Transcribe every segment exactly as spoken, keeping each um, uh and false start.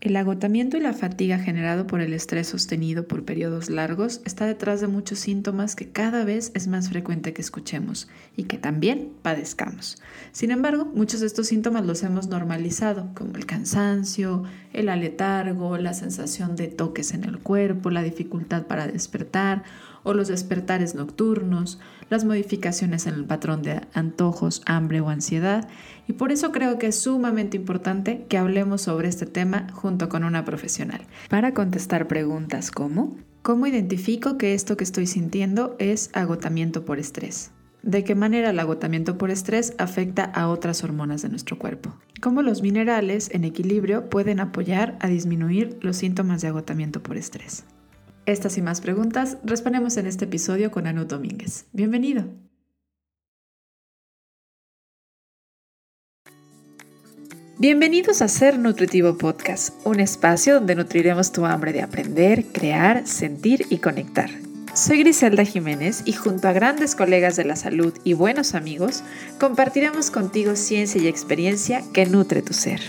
El agotamiento y la fatiga generado por el estrés sostenido por periodos largos está detrás de muchos síntomas que cada vez es más frecuente que escuchemos y que también padezcamos. Sin embargo, muchos de estos síntomas los hemos normalizado, como el cansancio, el aletargo, la sensación de toques en el cuerpo, la dificultad para despertar o los despertares nocturnos, las modificaciones en el patrón de antojos, hambre o ansiedad, y por eso creo que es sumamente importante que hablemos sobre este tema junto con una profesional, para contestar preguntas como: ¿cómo identifico que esto que estoy sintiendo es agotamiento por estrés? ¿De qué manera el agotamiento por estrés afecta a otras hormonas de nuestro cuerpo? ¿Cómo los minerales en equilibrio pueden apoyar a disminuir los síntomas de agotamiento por estrés? Estas y más preguntas respondemos en este episodio con Anu Domínguez. Bienvenido. Bienvenidos a Ser Nutritivo Podcast, un espacio donde nutriremos tu hambre de aprender, crear, sentir y conectar. Soy Griselda Jiménez y junto a grandes colegas de la salud y buenos amigos, compartiremos contigo ciencia y experiencia que nutre tu ser.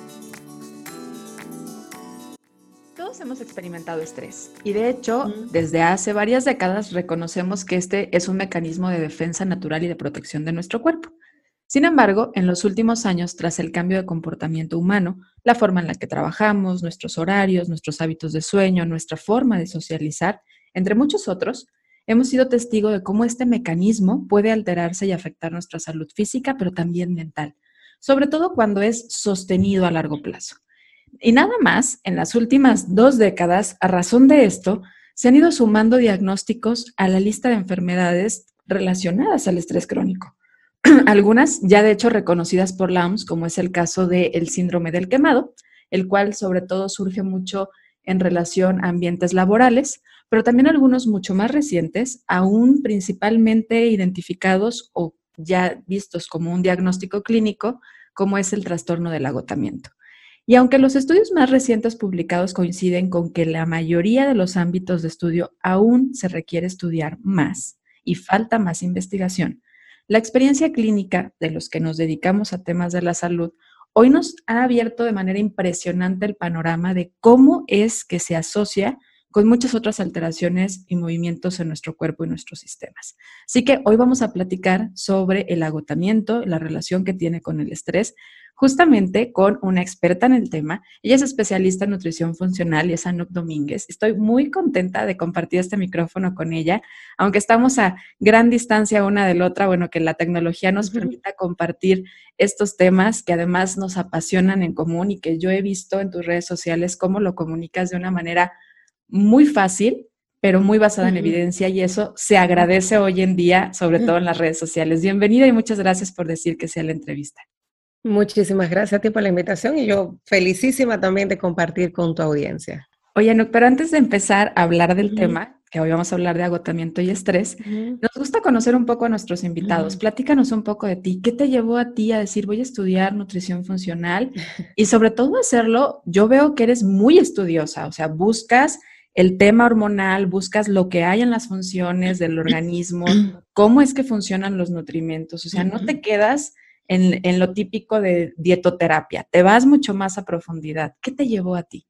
Todos hemos experimentado estrés y de hecho, desde hace varias décadas reconocemos que este es un mecanismo de defensa natural y de protección de nuestro cuerpo. Sin embargo, en los últimos años, tras el cambio de comportamiento humano, la forma en la que trabajamos, nuestros horarios, nuestros hábitos de sueño, nuestra forma de socializar, entre muchos otros, hemos sido testigo de cómo este mecanismo puede alterarse y afectar nuestra salud física, pero también mental, sobre todo cuando es sostenido a largo plazo. Y nada más, en las últimas dos décadas, a razón de esto, se han ido sumando diagnósticos a la lista de enfermedades relacionadas al estrés crónico. Algunas ya de hecho reconocidas por la O M S, como es el caso del síndrome del quemado, el cual sobre todo surge mucho en relación a ambientes laborales, pero también algunos mucho más recientes, aún principalmente identificados o ya vistos como un diagnóstico clínico, como es el trastorno del agotamiento. Y aunque los estudios más recientes publicados coinciden con que la mayoría de los ámbitos de estudio aún se requiere estudiar más y falta más investigación, la experiencia clínica de los que nos dedicamos a temas de la salud hoy nos ha abierto de manera impresionante el panorama de cómo es que se asocia con muchas otras alteraciones y movimientos en nuestro cuerpo y nuestros sistemas. Así que hoy vamos a platicar sobre el agotamiento, la relación que tiene con el estrés, justamente con una experta en el tema. Ella es especialista en nutrición funcional y es Anu Domínguez. Estoy muy contenta de compartir este micrófono con ella, aunque estamos a gran distancia una de la otra, bueno, que la tecnología nos uh-huh. permita compartir estos temas que además nos apasionan en común y que yo he visto en tus redes sociales cómo lo comunicas de una manera muy fácil, pero muy basada uh-huh. en evidencia, y eso se agradece hoy en día, sobre todo en las redes sociales. Bienvenida y muchas gracias por decir que sea la entrevista. Muchísimas gracias a ti por la invitación y yo felicísima también de compartir con tu audiencia. Oye, Anu, pero antes de empezar a hablar del uh-huh. tema, que hoy vamos a hablar de agotamiento y estrés, uh-huh. nos gusta conocer un poco a nuestros invitados. Uh-huh. Platícanos un poco de ti. ¿Qué te llevó a ti a decir voy a estudiar nutrición funcional? Y sobre todo hacerlo, yo veo que eres muy estudiosa, o sea, buscas el tema hormonal, buscas lo que hay en las funciones del organismo, cómo es que funcionan los nutrimentos, o sea, no te quedas en, en lo típico de dietoterapia, te vas mucho más a profundidad. ¿Qué te llevó a ti?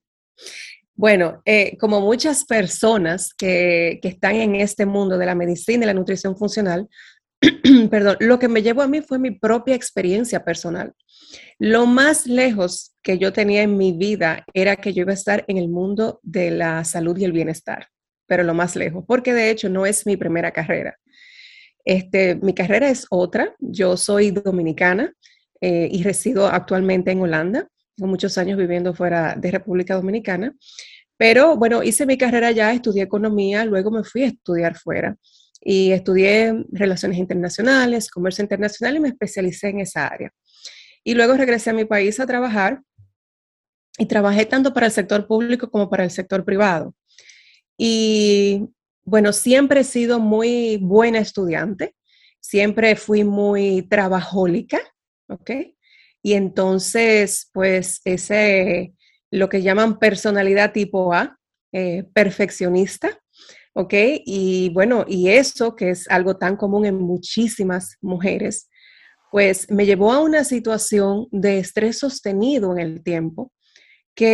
Bueno, eh, como muchas personas que, que están en este mundo de la medicina y la nutrición funcional, perdón, lo que me llevó a mí fue mi propia experiencia personal. Lo más lejos que yo tenía en mi vida era que yo iba a estar en el mundo de la salud y el bienestar, pero lo más lejos, porque de hecho no es mi primera carrera. Este, mi carrera es otra. Yo soy dominicana eh, y resido actualmente en Holanda. Tengo muchos años viviendo fuera de República Dominicana, pero bueno, hice mi carrera allá, estudié economía, luego me fui a estudiar fuera y estudié relaciones internacionales, comercio internacional y me especialicé en esa área. Y luego regresé a mi país a trabajar y trabajé tanto para el sector público como para el sector privado. Y bueno, siempre he sido muy buena estudiante, siempre fui muy trabajólica, ¿ok? Y entonces, pues, ese, lo que llaman personalidad tipo A, eh, perfeccionista, ¿ok? Y bueno, y eso que es algo tan común en muchísimas mujeres, pues me llevó a una situación de estrés sostenido en el tiempo, que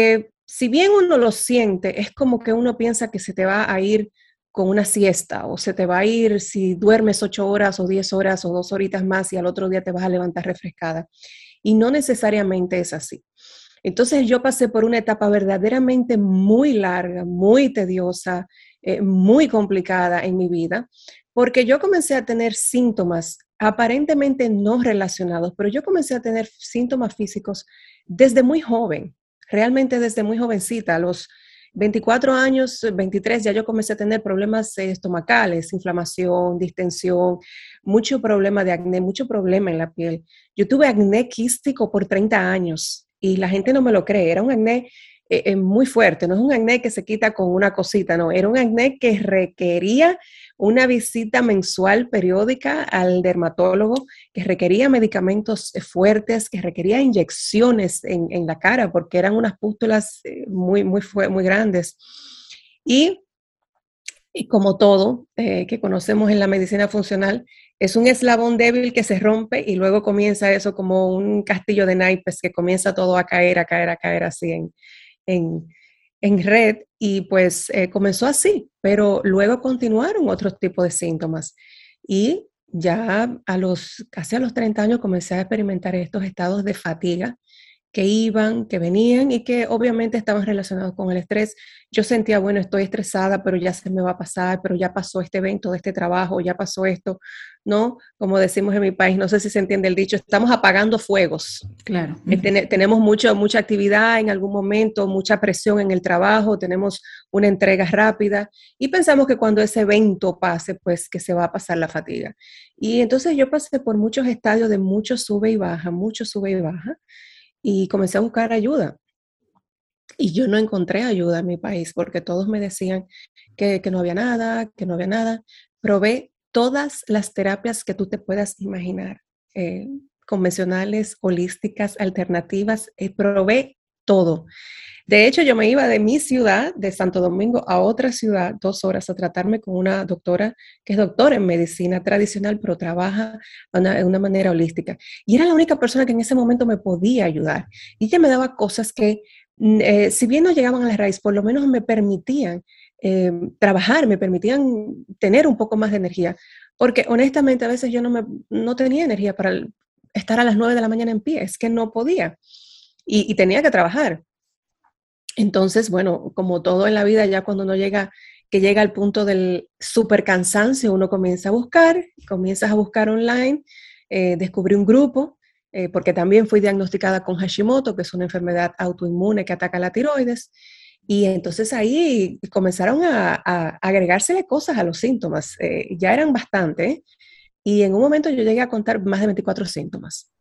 si bien uno lo siente, es como que uno piensa que se te va a ir con una siesta o se te va a ir si duermes ocho horas o diez horas o dos horitas más y al otro día te vas a levantar refrescada. Y no necesariamente es así. Entonces yo pasé por una etapa verdaderamente muy larga, muy tediosa, eh, muy complicada en mi vida, porque yo comencé a tener síntomas aparentemente no relacionados, pero yo comencé a tener síntomas físicos desde muy joven, realmente desde muy jovencita, a los veinticuatro años, veintitrés, ya yo comencé a tener problemas eh, estomacales, inflamación, distensión, mucho problema de acné, mucho problema en la piel. Yo tuve acné quístico por treinta años y la gente no me lo cree. Era un acné eh, eh, muy fuerte, no es un acné que se quita con una cosita, no, era un acné que requería una visita mensual periódica al dermatólogo, que requería medicamentos eh, fuertes, que requería inyecciones en, en, la cara, porque eran unas pústulas eh, muy, muy, muy grandes. Y, y como todo eh, que conocemos en la medicina funcional, es un eslabón débil que se rompe y luego comienza eso como un castillo de naipes que comienza todo a caer, a caer, a caer así en, en, en red y pues eh, comenzó así, pero luego continuaron otros tipos de síntomas y ya a los, casi a los treinta años comencé a experimentar estos estados de fatiga que iban, que venían y que obviamente estaban relacionados con el estrés. Yo sentía, bueno, estoy estresada, pero ya se me va a pasar, pero ya pasó este evento de este trabajo, ya pasó esto, ¿no? Como decimos en mi país, no sé si se entiende el dicho, estamos apagando fuegos. Claro. Eh, ten, tenemos mucho, mucha actividad en algún momento, mucha presión en el trabajo, tenemos una entrega rápida y pensamos que cuando ese evento pase, pues que se va a pasar la fatiga. Y entonces yo pasé por muchos estadios de mucho sube y baja, mucho sube y baja, y comencé a buscar ayuda. Y yo no encontré ayuda en mi país porque todos me decían que, que no había nada, que no había nada. Probé todas las terapias que tú te puedas imaginar, eh, convencionales, holísticas, alternativas, eh, probé todo. De hecho, yo me iba de mi ciudad, de Santo Domingo, a otra ciudad, dos horas, a tratarme con una doctora que es doctora en medicina tradicional, pero trabaja de una, una manera holística. Y era la única persona que en ese momento me podía ayudar. Y ella me daba cosas que, eh, si bien no llegaban a la raíz, por lo menos me permitían eh, trabajar, me permitían tener un poco más de energía. Porque honestamente a veces yo no, me, no tenía energía para el, estar a las nueve de la mañana en pie, es que no podía. Y, y tenía que trabajar. Entonces, bueno, como todo en la vida, ya cuando uno llega, que llega al punto del super cansancio, uno comienza a buscar, comienzas a buscar online, eh, descubrí un grupo, eh, porque también fui diagnosticada con Hashimoto, que es una enfermedad autoinmune que ataca la tiroides, y entonces ahí comenzaron a, a agregársele cosas a los síntomas, eh, ya eran bastante, ¿eh? Y en un momento yo llegué a contar más de veinticuatro síntomas,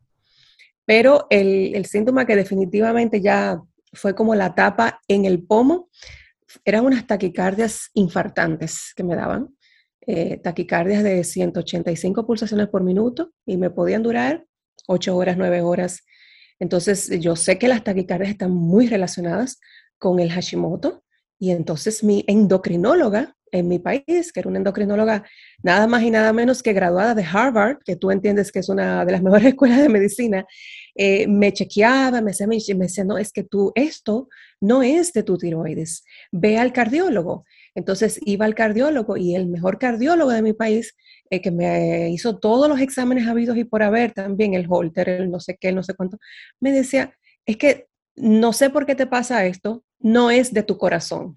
pero el, el síntoma que definitivamente ya fue como la tapa en el pomo, eran unas taquicardias infartantes que me daban, eh, taquicardias de ciento ochenta y cinco pulsaciones por minuto y me podían durar ocho horas, nueve horas. Entonces yo sé que las taquicardias están muy relacionadas con el Hashimoto y entonces mi endocrinóloga en mi país, que era una endocrinóloga nada más y nada menos que graduada de Harvard, que tú entiendes que es una de las mejores escuelas de medicina, eh, me chequeaba, me decía, me decía, no, es que tú, esto no es de tu tiroides, ve al cardiólogo. Entonces iba al cardiólogo y el mejor cardiólogo de mi país, eh, que me hizo todos los exámenes habidos y por haber, también el Holter, el no sé qué, no sé cuánto, me decía, es que no sé por qué te pasa esto, no es de tu corazón.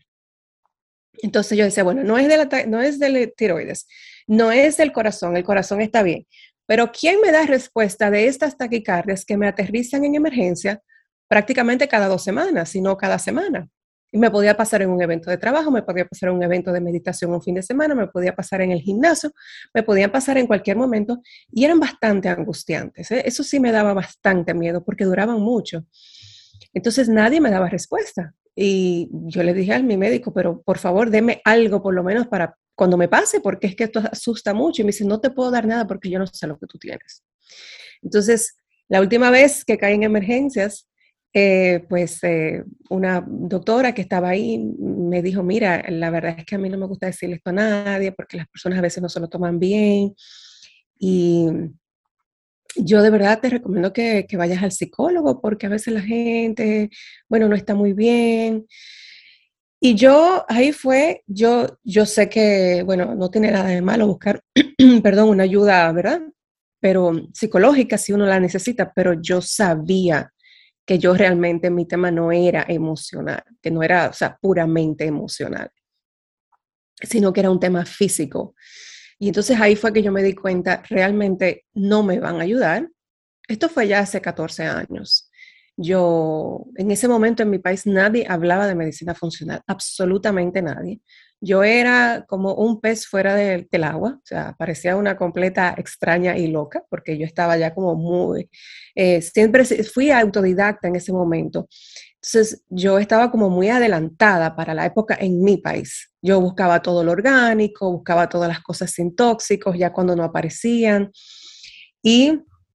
Entonces yo decía, bueno, no es de la, no es del tiroides, no es del corazón, el corazón está bien, pero ¿quién me da respuesta de estas taquicardias que me aterrizan en emergencia prácticamente cada dos semanas, sino cada semana? Y me podía pasar en un evento de trabajo, me podía pasar en un evento de meditación un fin de semana, me podía pasar en el gimnasio, me podían pasar en cualquier momento y eran bastante angustiantes. ¿eh? Eso sí me daba bastante miedo porque duraban mucho. Entonces nadie me daba respuesta. Y yo le dije a mi médico, pero por favor, deme algo por lo menos para cuando me pase, porque es que esto asusta mucho. Y me dice, no te puedo dar nada porque yo no sé lo que tú tienes. Entonces, la última vez que caí en emergencias, eh, pues eh, una doctora que estaba ahí me dijo, mira, la verdad es que a mí no me gusta decirle esto a nadie porque las personas a veces no se lo toman bien. Y yo de verdad te recomiendo que, que vayas al psicólogo porque a veces la gente, bueno, no está muy bien. Y yo, ahí fue, yo, yo sé que, bueno, no tiene nada de malo buscar, perdón, una ayuda, ¿verdad? Pero psicológica si uno la necesita, pero yo sabía que yo realmente mi tema no era emocional, que no era, o sea, puramente emocional, sino que era un tema físico. Y entonces ahí fue que yo me di cuenta, realmente no me van a ayudar. Esto fue ya hace catorce años. Yo, en ese momento en mi país nadie hablaba de medicina funcional, absolutamente nadie. Yo era como un pez fuera del, del agua, o sea, parecía una completa extraña y loca, porque yo estaba ya como muy, eh, siempre fui autodidacta en ese momento. Entonces, yo estaba como muy adelantada para la época en mi país. Yo buscaba todo lo orgánico, buscaba todas las cosas sin tóxicos, ya cuando no aparecían. Y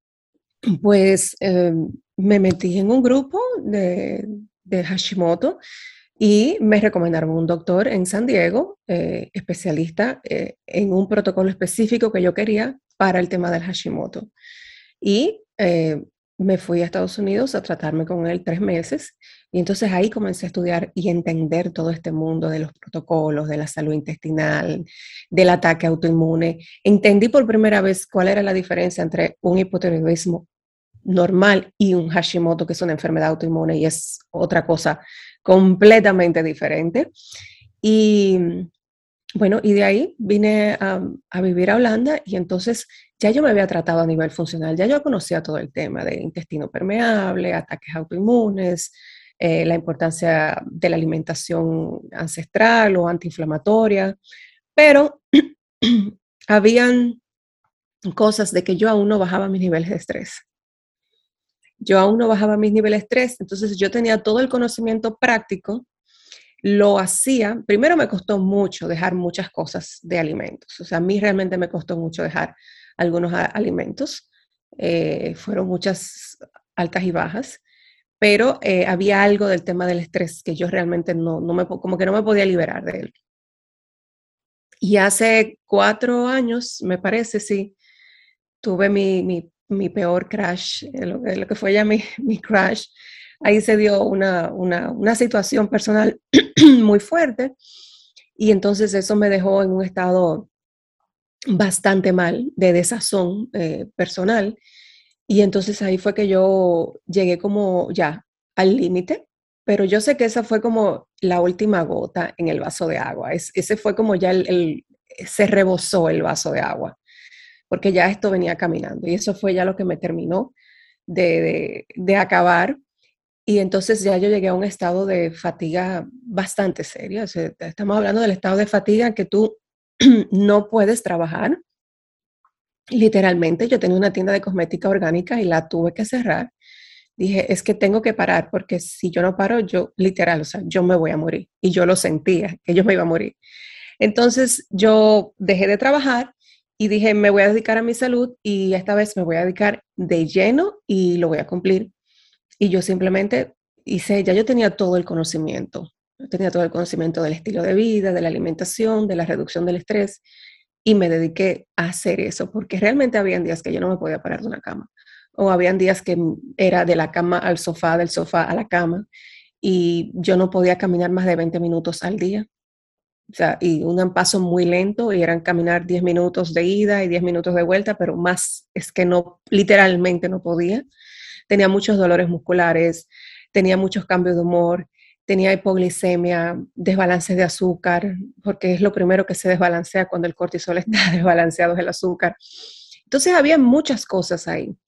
pues eh, me metí en un grupo de, de Hashimoto y me recomendaron un doctor en San Diego, eh, especialista eh, en un protocolo específico que yo quería para el tema del Hashimoto. Y eh, me fui a Estados Unidos a tratarme con él tres meses y entonces ahí comencé a estudiar y entender todo este mundo de los protocolos, de la salud intestinal, del ataque autoinmune. Entendí por primera vez cuál era la diferencia entre un hipotiroidismo normal y un Hashimoto, que es una enfermedad autoinmune y es otra cosa completamente diferente. Y bueno, y de ahí vine a, a, vivir a Holanda y entonces ya yo me había tratado a nivel funcional, ya yo conocía todo el tema de intestino permeable, ataques autoinmunes, eh, la importancia de la alimentación ancestral o antiinflamatoria, pero habían cosas de que yo aún no bajaba mis niveles de estrés. Yo aún no bajaba mis niveles de estrés, entonces yo tenía todo el conocimiento práctico, lo hacía, primero me costó mucho dejar muchas cosas de alimentos, o sea, a mí realmente me costó mucho dejar algunos a- alimentos, eh, fueron muchas altas y bajas, pero eh, había algo del tema del estrés que yo realmente no, no me, como que no me podía liberar de él. Y hace cuatro años, me parece, sí, tuve mi, mi, mi peor crash, eh, lo, lo, que fue ya mi, mi crash. Ahí se dio una, una, una situación personal muy fuerte y entonces eso me dejó en un estado bastante mal de desazón eh, personal y entonces ahí fue que yo llegué como ya al límite, pero yo sé que esa fue como la última gota en el vaso de agua, es, ese fue como ya el, el, se rebosó el vaso de agua porque ya esto venía caminando y eso fue ya lo que me terminó de, de, de acabar. Y entonces ya yo llegué a un estado de fatiga bastante seria. O sea, estamos hablando del estado de fatiga que tú no puedes trabajar. Literalmente, yo tenía una tienda de cosmética orgánica y la tuve que cerrar. Dije, es que tengo que parar porque si yo no paro, yo literal, o sea, yo me voy a morir. Y yo lo sentía, que yo me iba a morir. Entonces yo dejé de trabajar y dije, me voy a dedicar a mi salud y esta vez me voy a dedicar de lleno y lo voy a cumplir. Y yo simplemente hice, ya yo tenía todo el conocimiento, yo tenía todo el conocimiento del estilo de vida, de la alimentación, de la reducción del estrés y me dediqué a hacer eso porque realmente habían días que yo no me podía parar de una cama o habían días que era de la cama al sofá, del sofá a la cama y yo no podía caminar más de veinte minutos al día. O sea, y un paso muy lento y eran caminar diez minutos de ida y diez minutos de vuelta, pero más es que no, literalmente no podía. Tenía muchos dolores musculares, tenía muchos cambios de humor, tenía hipoglicemia, desbalances de azúcar, porque es lo primero que se desbalancea cuando el cortisol está desbalanceado, es el azúcar. Entonces había muchas cosas ahí.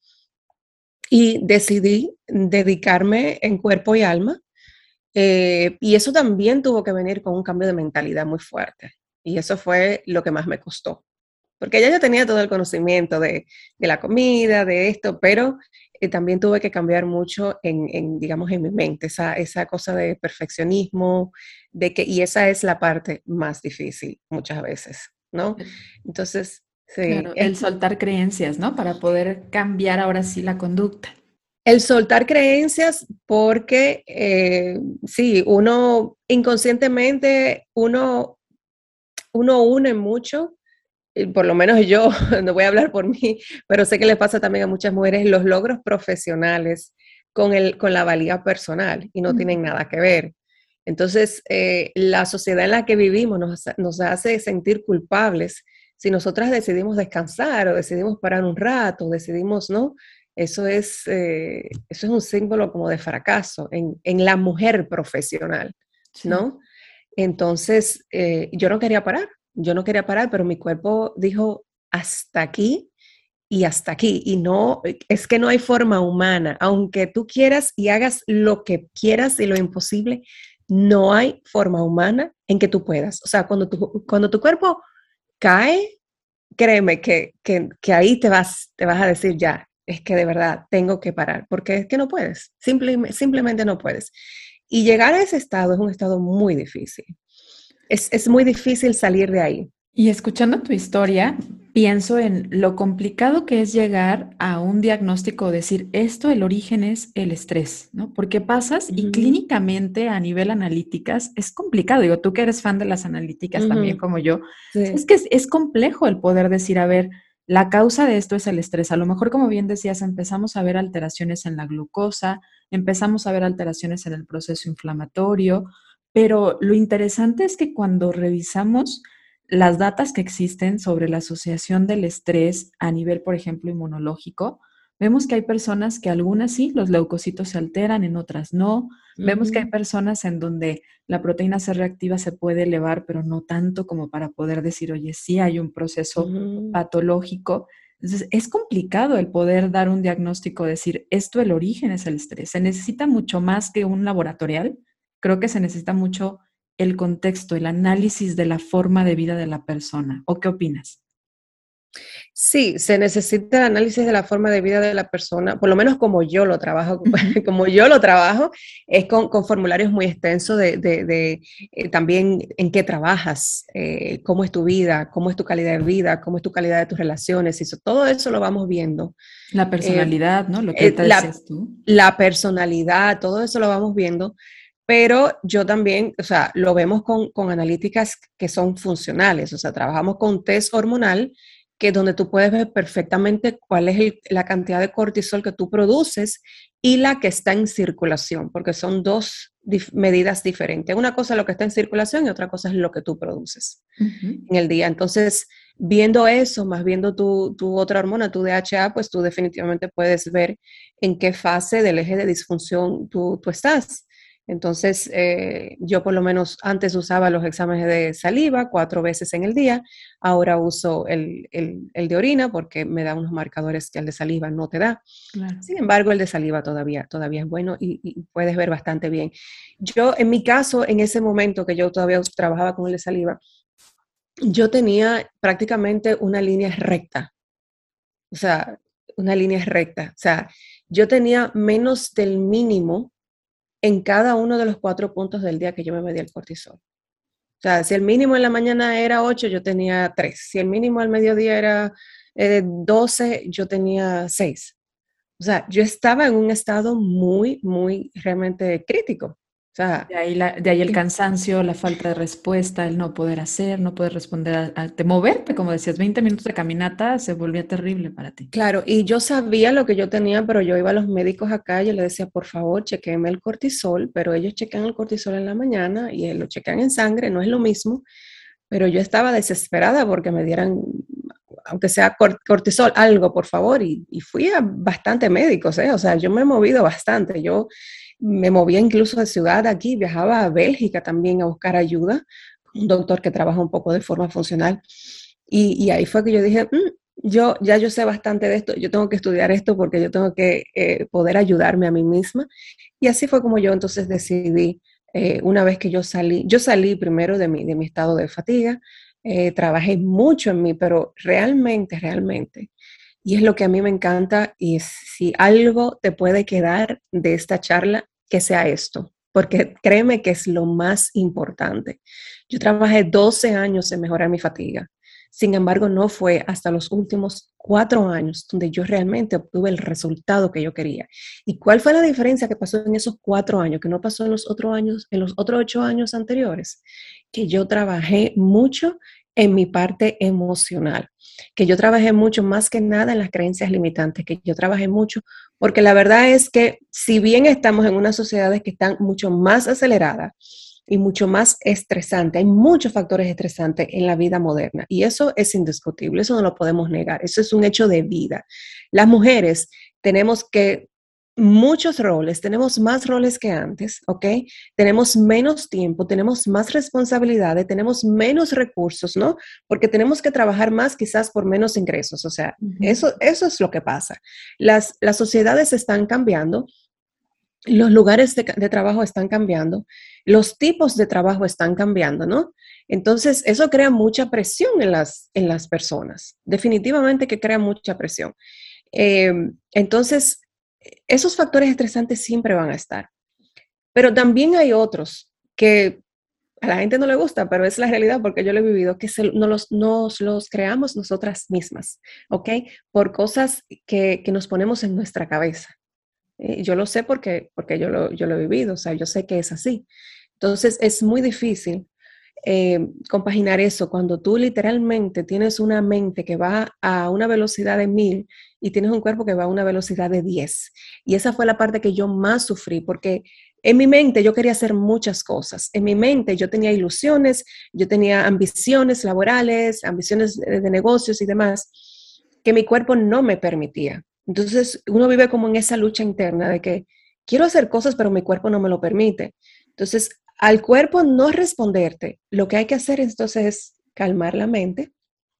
Y decidí dedicarme en cuerpo y alma eh, y eso también tuvo que venir con un cambio de mentalidad muy fuerte. Y eso fue lo que más me costó. Porque ya yo tenía todo el conocimiento de, de la comida, de esto, pero eh, también tuve que cambiar mucho en, en, digamos, en mi mente, esa, esa cosa de perfeccionismo, de que, y esa es la parte más difícil muchas veces, ¿no? Entonces, sí, Claro, es el soltar creencias, ¿no? Para poder cambiar ahora sí la conducta. el soltar creencias porque eh, sí, uno inconscientemente, uno, uno une mucho por lo menos yo, no voy a hablar por mí, pero sé que le pasa también a muchas mujeres, los logros profesionales con, el, con la valía personal y no tienen nada que ver. Entonces, eh, la sociedad en la que vivimos nos, nos hace sentir culpables si nosotras decidimos descansar o decidimos parar un rato, decidimos, ¿no? Eso es, eh, eso es un símbolo como de fracaso en, en la mujer profesional, Sí. ¿no? Entonces, eh, yo no quería parar, yo no quería parar, pero mi cuerpo dijo, hasta aquí y hasta aquí. Y no, es que no hay forma humana, aunque tú quieras y hagas lo que quieras y lo imposible, no hay forma humana en que tú puedas. O sea, cuando tu, cuando tu cuerpo cae, créeme que, que, que ahí te vas, te vas a decir ya, es que de verdad tengo que parar, porque es que no puedes, simple, simplemente no puedes. Y llegar a ese estado es un estado muy difícil. Es, es muy difícil salir de ahí. Y escuchando tu historia, pienso en lo complicado que es llegar a un diagnóstico, decir esto, el origen es el estrés, ¿no? Porque pasas y Ujú, clínicamente a nivel analíticas es complicado. Digo, tú que eres fan de las analíticas también ujú, como yo, es sí. que es, es complejo el poder decir, a ver, la causa de esto es el estrés. A lo mejor, como bien decías, empezamos a ver alteraciones en la glucosa, empezamos a ver alteraciones en el proceso inflamatorio, pero lo interesante es que cuando revisamos las datas que existen sobre la asociación del estrés a nivel, por ejemplo, inmunológico, vemos que hay personas que algunas sí, los leucocitos se alteran, en otras no. Vemos que hay Ujú, personas en donde la proteína C reactiva se puede elevar, pero no tanto como para poder decir, oye, sí hay un proceso ujú. patológico. Entonces, es complicado el poder dar un diagnóstico, decir, esto el origen es el estrés. Se necesita mucho más que un laboratorial. Creo que se necesita mucho el contexto, el análisis de la forma de vida de la persona. ¿O qué opinas? Sí, se necesita el análisis de la forma de vida de la persona, por lo menos como yo lo trabajo, Ujú, como yo lo trabajo, es con, con formularios muy extensos de, de, de eh, también en qué trabajas, eh, cómo es tu vida, cómo es tu calidad de vida, cómo es tu calidad de tus relaciones, y eso, todo eso lo vamos viendo. la Eh, personalidad, ¿no? Lo que eh, ahorita la, decías tú. la personalidad, todo eso lo vamos viendo, pero yo también, o sea, lo vemos con, con analíticas que son funcionales, o sea, trabajamos con test hormonal, que es donde tú puedes ver perfectamente cuál es el- la cantidad de cortisol que tú produces y la que está en circulación, porque son dos dif- medidas diferentes. Una cosa es lo que está en circulación y otra cosa es lo que tú produces Ujú. en el día. Entonces, viendo eso, más viendo tu, tu otra hormona, tu D H A, pues tú definitivamente puedes ver en qué fase del eje de disfunción tú, tú estás. Entonces, eh, yo por lo menos antes usaba los exámenes de saliva cuatro veces en el día, ahora uso el, el, el de orina porque me da unos marcadores que el de saliva no te da. Claro. Sin embargo, el de saliva todavía, todavía es bueno y, y puedes ver bastante bien. Yo, en mi caso, en ese momento que yo todavía trabajaba con el de saliva, yo tenía prácticamente una línea recta, o sea, una línea recta. O sea, yo tenía menos del mínimo en cada uno de los cuatro puntos del día que yo me medía el cortisol. O sea, si el mínimo en la mañana era ocho, yo tenía tres. Si el mínimo al mediodía era eh, doce, yo tenía seis. O sea, yo estaba en un estado muy, muy realmente crítico. O sea, De ahí, la, de ahí el cansancio, la falta de respuesta, el no poder hacer, no poder responder, a, a- de moverte, como decías, veinte minutos de caminata se volvía terrible para ti. claro, y yo sabía lo que yo tenía, pero yo iba a los médicos acá y yo les decía, por favor, chequenme el cortisol, pero ellos chequean el cortisol en la mañana y lo chequean en sangre, no es lo mismo, pero yo estaba desesperada porque me dieran, aunque sea cor- cortisol, algo, por favor, y, y fui a bastante médicos, ¿eh? O sea, yo me he movido bastante, yo me movía incluso de ciudad aquí, viajaba a Bélgica también a buscar ayuda, un doctor que trabaja un poco de forma funcional, y, y ahí fue que yo dije, "Mm, yo ya yo sé bastante de esto, yo tengo que estudiar esto porque yo tengo que eh, poder ayudarme a mí misma". Y así fue como yo entonces decidí, eh, una vez que yo salí, yo salí primero de mi, de mi estado de fatiga, eh, trabajé mucho en mí, pero realmente, realmente, y es lo que a mí me encanta, y si algo te puede quedar de esta charla, que sea esto, porque créeme que es lo más importante. Yo trabajé doce años en mejorar mi fatiga. Sin embargo, no fue hasta los últimos cuatro años donde yo realmente obtuve el resultado que yo quería. ¿Y cuál fue la diferencia que pasó en esos cuatro años, que no pasó en los otros años, en los otros ocho años anteriores? Que yo trabajé mucho en mi parte emocional, que yo trabajé mucho, más que nada en las creencias limitantes, que yo trabajé mucho, porque la verdad es que si bien estamos en unas sociedades que están mucho más aceleradas y mucho más estresantes, hay muchos factores estresantes en la vida moderna y eso es indiscutible, eso no lo podemos negar, eso es un hecho de vida. Las mujeres tenemos que muchos roles, tenemos más roles que antes, ¿ok? Tenemos menos tiempo, tenemos más responsabilidades, tenemos menos recursos, ¿no? Porque tenemos que trabajar más quizás por menos ingresos, o sea, uh-huh. eso, eso es lo que pasa. Las, las sociedades están cambiando, los lugares de, de trabajo están cambiando, los tipos de trabajo están cambiando, ¿no? Entonces, eso crea mucha presión en las, en las personas, definitivamente que crea mucha presión. Eh, entonces, esos factores estresantes siempre van a estar, pero también hay otros que a la gente no le gusta, pero es la realidad porque yo lo he vivido, que se, no los, nos los creamos nosotras mismas, ¿ok? Por cosas que, que nos ponemos en nuestra cabeza. Eh, yo lo sé porque, porque yo, lo, yo lo he vivido, o sea, yo sé que es así. Entonces, es muy difícil eh, compaginar eso cuando tú literalmente tienes una mente que va a una velocidad de mil y tienes un cuerpo que va a una velocidad de diez. Y esa fue la parte que yo más sufrí, porque en mi mente yo quería hacer muchas cosas. En mi mente yo tenía ilusiones, yo tenía ambiciones laborales, ambiciones de, de negocios y demás, que mi cuerpo no me permitía. Entonces uno vive como en esa lucha interna de que quiero hacer cosas, pero mi cuerpo no me lo permite. Entonces, al cuerpo no responderte, lo que hay que hacer entonces es calmar la mente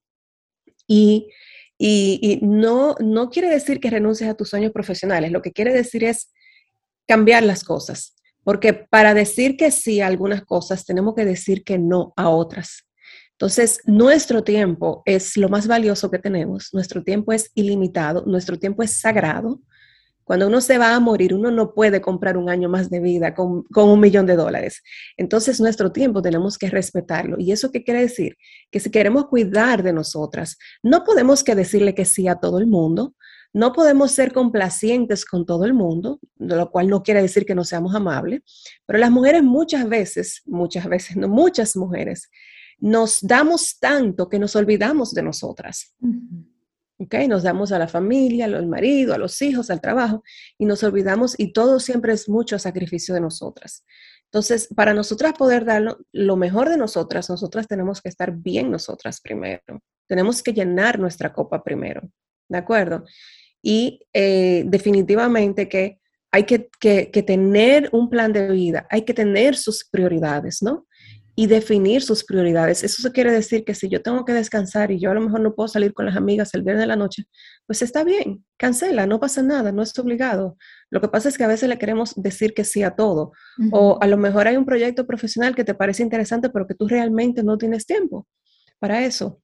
y, y, y no, no quiere decir que renuncies a tus sueños profesionales, lo que quiere decir es cambiar las cosas, porque para decir que sí a algunas cosas tenemos que decir que no a otras. Entonces, nuestro tiempo es lo más valioso que tenemos, nuestro tiempo es ilimitado, nuestro tiempo es sagrado. Cuando uno se va a morir, uno no puede comprar un año más de vida con, con un millón de dólares. Entonces, nuestro tiempo tenemos que respetarlo. ¿Y eso qué quiere decir? Que si queremos cuidar de nosotras, no podemos que decirle que sí a todo el mundo, no podemos ser complacientes con todo el mundo, lo cual no quiere decir que no seamos amables, pero las mujeres muchas veces, muchas veces, no muchas mujeres, nos damos tanto que nos olvidamos de nosotras. Uh-huh. Okay, nos damos a la familia, al marido, a los hijos, al trabajo, y nos olvidamos, y todo siempre es mucho sacrificio de nosotras. Entonces, para nosotras poder dar lo, lo mejor de nosotras, nosotras tenemos que estar bien nosotras primero. Tenemos que llenar nuestra copa primero, ¿de acuerdo? Y eh, definitivamente que hay que, que, que tener un plan de vida, hay que tener sus prioridades, ¿no? Y definir sus prioridades. Eso quiere decir que si yo tengo que descansar y yo a lo mejor no puedo salir con las amigas el viernes de la noche, pues está bien, cancela, no pasa nada, no es obligado. Lo que pasa es que a veces le queremos decir que sí a todo. Uh-huh. O a lo mejor hay un proyecto profesional que te parece interesante, pero que tú realmente no tienes tiempo para eso.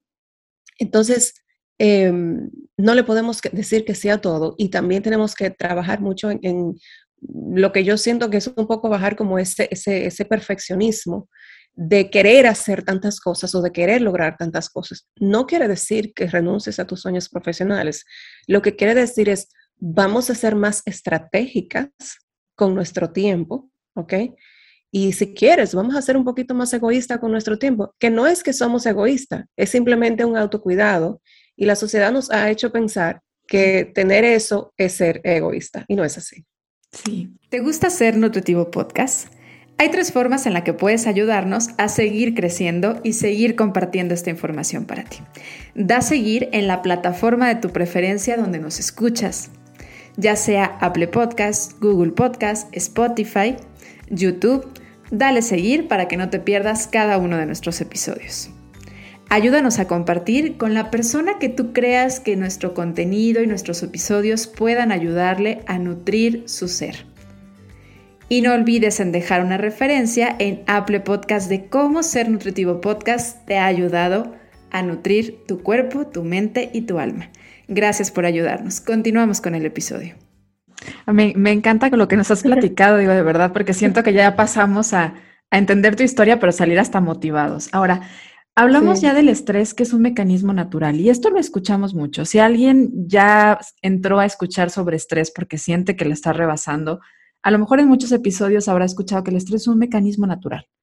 Entonces, eh, no le podemos decir que sí a todo y también tenemos que trabajar mucho en, en lo que yo siento que es un poco bajar como ese, ese, ese perfeccionismo de querer hacer tantas cosas o de querer lograr tantas cosas. No quiere decir que renuncies a tus sueños profesionales. Lo que quiere decir es, vamos a ser más estratégicas con nuestro tiempo, ¿ok? Y si quieres, vamos a ser un poquito más egoístas con nuestro tiempo, que no es que somos egoístas, es simplemente un autocuidado y la sociedad nos ha hecho pensar que tener eso es ser egoísta y no es así. Sí. ¿Te gusta Ser Nutritivo Podcast? Hay tres formas en las que puedes ayudarnos a seguir creciendo y seguir compartiendo esta información para ti. Da a seguir en la plataforma de tu preferencia donde nos escuchas, ya sea Apple Podcast, Google Podcast, Spotify, YouTube. Dale seguir para que no te pierdas cada uno de nuestros episodios. Ayúdanos a compartir con la persona que tú creas que nuestro contenido y nuestros episodios puedan ayudarle a nutrir su ser. Y no olvides en dejar una referencia en Apple Podcast de cómo Ser Nutritivo Podcast te ha ayudado a nutrir tu cuerpo, tu mente y tu alma. Gracias por ayudarnos. Continuamos con el episodio. Me, me encanta con lo que nos has platicado, digo, de verdad, porque siento que ya pasamos a, a entender tu historia, pero salir hasta motivados. Ahora, hablamos sí. ya del estrés, que es un mecanismo natural, y esto lo escuchamos mucho. Si alguien ya entró a escuchar sobre estrés porque siente que le está rebasando, a lo mejor en muchos episodios habrá escuchado que el estrés es un mecanismo natural.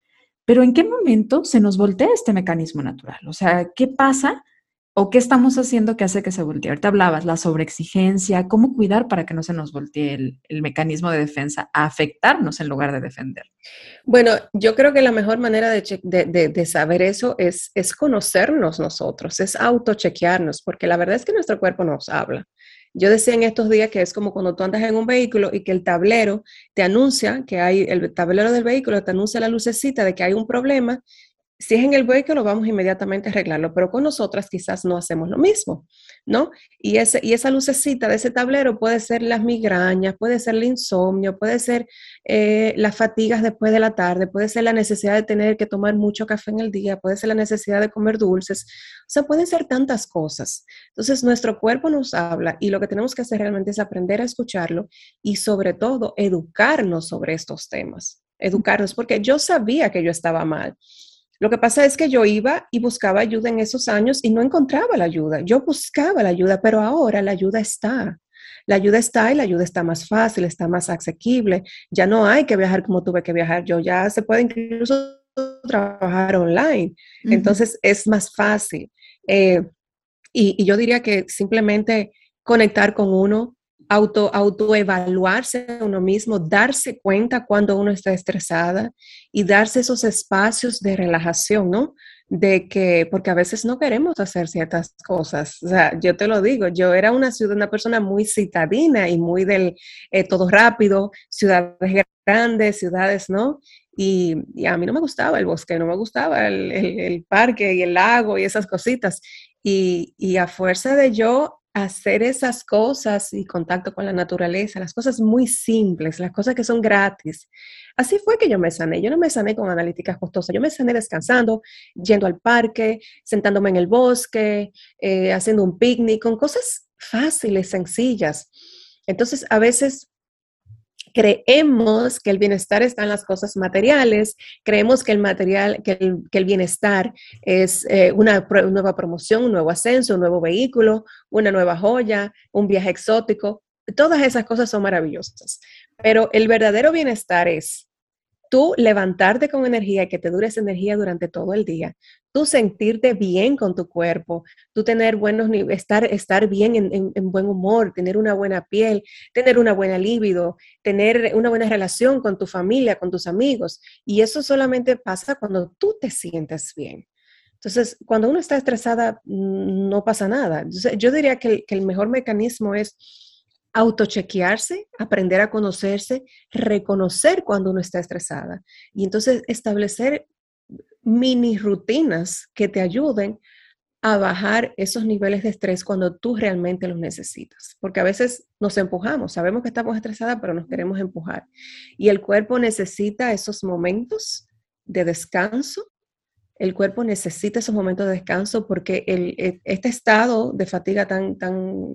pero ¿en qué momento se nos voltea este mecanismo natural? O sea, ¿qué pasa o qué estamos haciendo que hace que se voltee? Ahorita hablabas, la sobreexigencia, cómo cuidar para que no se nos voltee el, el mecanismo de defensa a afectarnos en lugar de defender. Bueno, yo creo que la mejor manera de, che- de, de- de saber eso es, es conocernos nosotros, es autochequearnos, porque la verdad es que nuestro cuerpo nos habla. Yo decía en estos días que es como cuando tú andas en un vehículo y que el tablero te anuncia que hay, el tablero del vehículo te anuncia la lucecita de que hay un problema. Si es en el vehículo, vamos inmediatamente a arreglarlo, pero con nosotras quizás no hacemos lo mismo, ¿no? Y, ese, y esa lucecita de ese tablero puede ser las migrañas, puede ser el insomnio, puede ser eh, las fatigas después de la tarde, puede ser la necesidad de tener que tomar mucho café en el día, puede ser la necesidad de comer dulces, o sea, pueden ser tantas cosas. Entonces, nuestro cuerpo nos habla y lo que tenemos que hacer realmente es aprender a escucharlo y sobre todo educarnos sobre estos temas, educarnos, porque yo sabía que yo estaba mal. Lo que pasa es que yo iba y buscaba ayuda en esos años y no encontraba la ayuda. Yo buscaba la ayuda, pero ahora la ayuda está. La ayuda está y la ayuda está más fácil, está más asequible. Ya no hay que viajar como tuve que viajar yo, ya se puede incluso trabajar online. Ujú. Entonces es más fácil. Eh, y, y yo diría que simplemente conectar con uno, auto, autoevaluarse a uno mismo, darse cuenta cuando uno está estresada y darse esos espacios de relajación, ¿no? De que, porque a veces no queremos hacer ciertas cosas. O sea, yo te lo digo, yo era una ciudad, una persona muy citadina y muy del eh, todo rápido, ciudades grandes, ciudades, ¿no? Y, y, a mí no me gustaba el bosque, no me gustaba el, el, el parque y el lago y esas cositas. Y, y a fuerza de yo hacer esas cosas y contacto con la naturaleza, las cosas muy simples, las cosas que son gratis, así fue que yo me sané. Yo no me sané con analíticas costosas, yo me sané descansando, yendo al parque, sentándome en el bosque, eh, haciendo un picnic, con cosas fáciles, sencillas. Entonces, a veces creemos que el bienestar está en las cosas materiales, creemos que el material, que el, que el bienestar es eh, una, una nueva promoción, un nuevo ascenso, un nuevo vehículo, una nueva joya, un viaje exótico. Todas esas cosas son maravillosas, pero el verdadero bienestar es tú levantarte con energía y que te dure esa energía durante todo el día, tú sentirte bien con tu cuerpo, tú tener buenos, estar, estar bien en, en, en buen humor, tener una buena piel, tener una buena libido, tener una buena relación con tu familia, con tus amigos. Y eso solamente pasa cuando tú te sientes bien. Entonces, cuando uno está estresada, no pasa nada. Entonces, yo diría que el, que el mejor mecanismo es autochequearse, aprender a conocerse, reconocer cuando uno está estresada y entonces establecer mini rutinas que te ayuden a bajar esos niveles de estrés cuando tú realmente los necesitas. Porque a veces nos empujamos, sabemos que estamos estresadas, pero nos queremos empujar. Y el cuerpo necesita esos momentos de descanso. El cuerpo necesita esos momentos de descanso porque el, este estado de fatiga tan, tan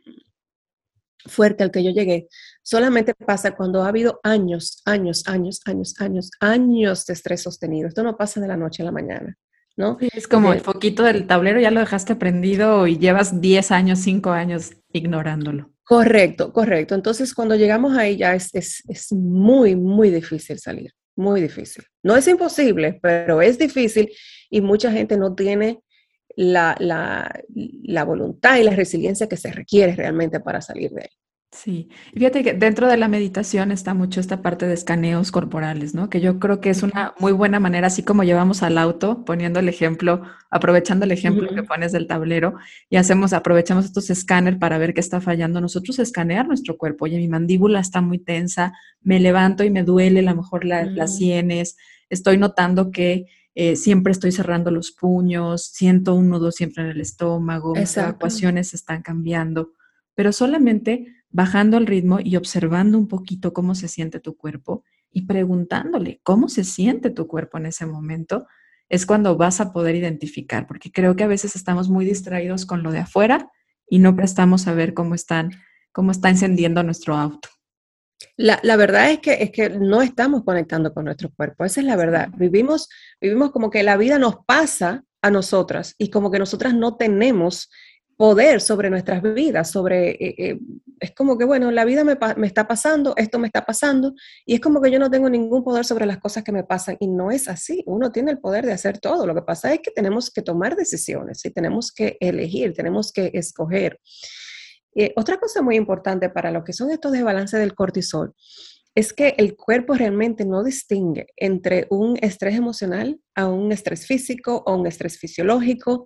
fuerte al que yo llegué, solamente pasa cuando ha habido años, años, años, años, años, años de estrés sostenido. Esto no pasa de la noche a la mañana, ¿no? Sí, es como el De, foquito del tablero, ya lo dejaste prendido y llevas diez años, cinco años ignorándolo. correcto, correcto. Entonces, cuando llegamos ahí ya es, es, es muy, muy difícil salir, muy difícil. No es imposible, pero es difícil y mucha gente no tiene la, la, la voluntad y la resiliencia que se requiere realmente para salir de ahí. Sí, y fíjate que dentro de la meditación está mucho esta parte de escaneos corporales, ¿no? Que yo creo que es Okay. una muy buena manera, así como llevamos al auto, poniendo el ejemplo, aprovechando el ejemplo que Uh-huh. pones del tablero, y hacemos, aprovechamos estos escáner para ver qué está fallando, nosotros escanear nuestro cuerpo. Oye, mi mandíbula está muy tensa, me levanto y me duele, a lo mejor la, las Uh-huh. sienes, estoy notando que eh, siempre estoy cerrando los puños, siento un nudo siempre en el estómago, mis Exacto. evacuaciones están cambiando, pero solamente bajando el ritmo y observando un poquito cómo se siente tu cuerpo y preguntándole cómo se siente tu cuerpo en ese momento, es cuando vas a poder identificar, porque creo que a veces estamos muy distraídos con lo de afuera y no prestamos a ver cómo están, cómo está encendiendo nuestro auto. La, la verdad es que, es que no estamos conectando con nuestro cuerpo, esa es la verdad. Sí. Vivimos, vivimos como que la vida nos pasa a nosotras y como que nosotras no tenemos poder sobre nuestras vidas, sobre, eh, eh, es como que, bueno, la vida me, me está pasando, esto me está pasando, y es como que yo no tengo ningún poder sobre las cosas que me pasan, y no es así, uno tiene el poder de hacer todo, lo que pasa es que tenemos que tomar decisiones, y tenemos que elegir, tenemos que escoger. Eh, otra cosa muy importante para lo que son estos desbalances del cortisol, es que el cuerpo realmente no distingue entre un estrés emocional a un estrés físico o un estrés fisiológico.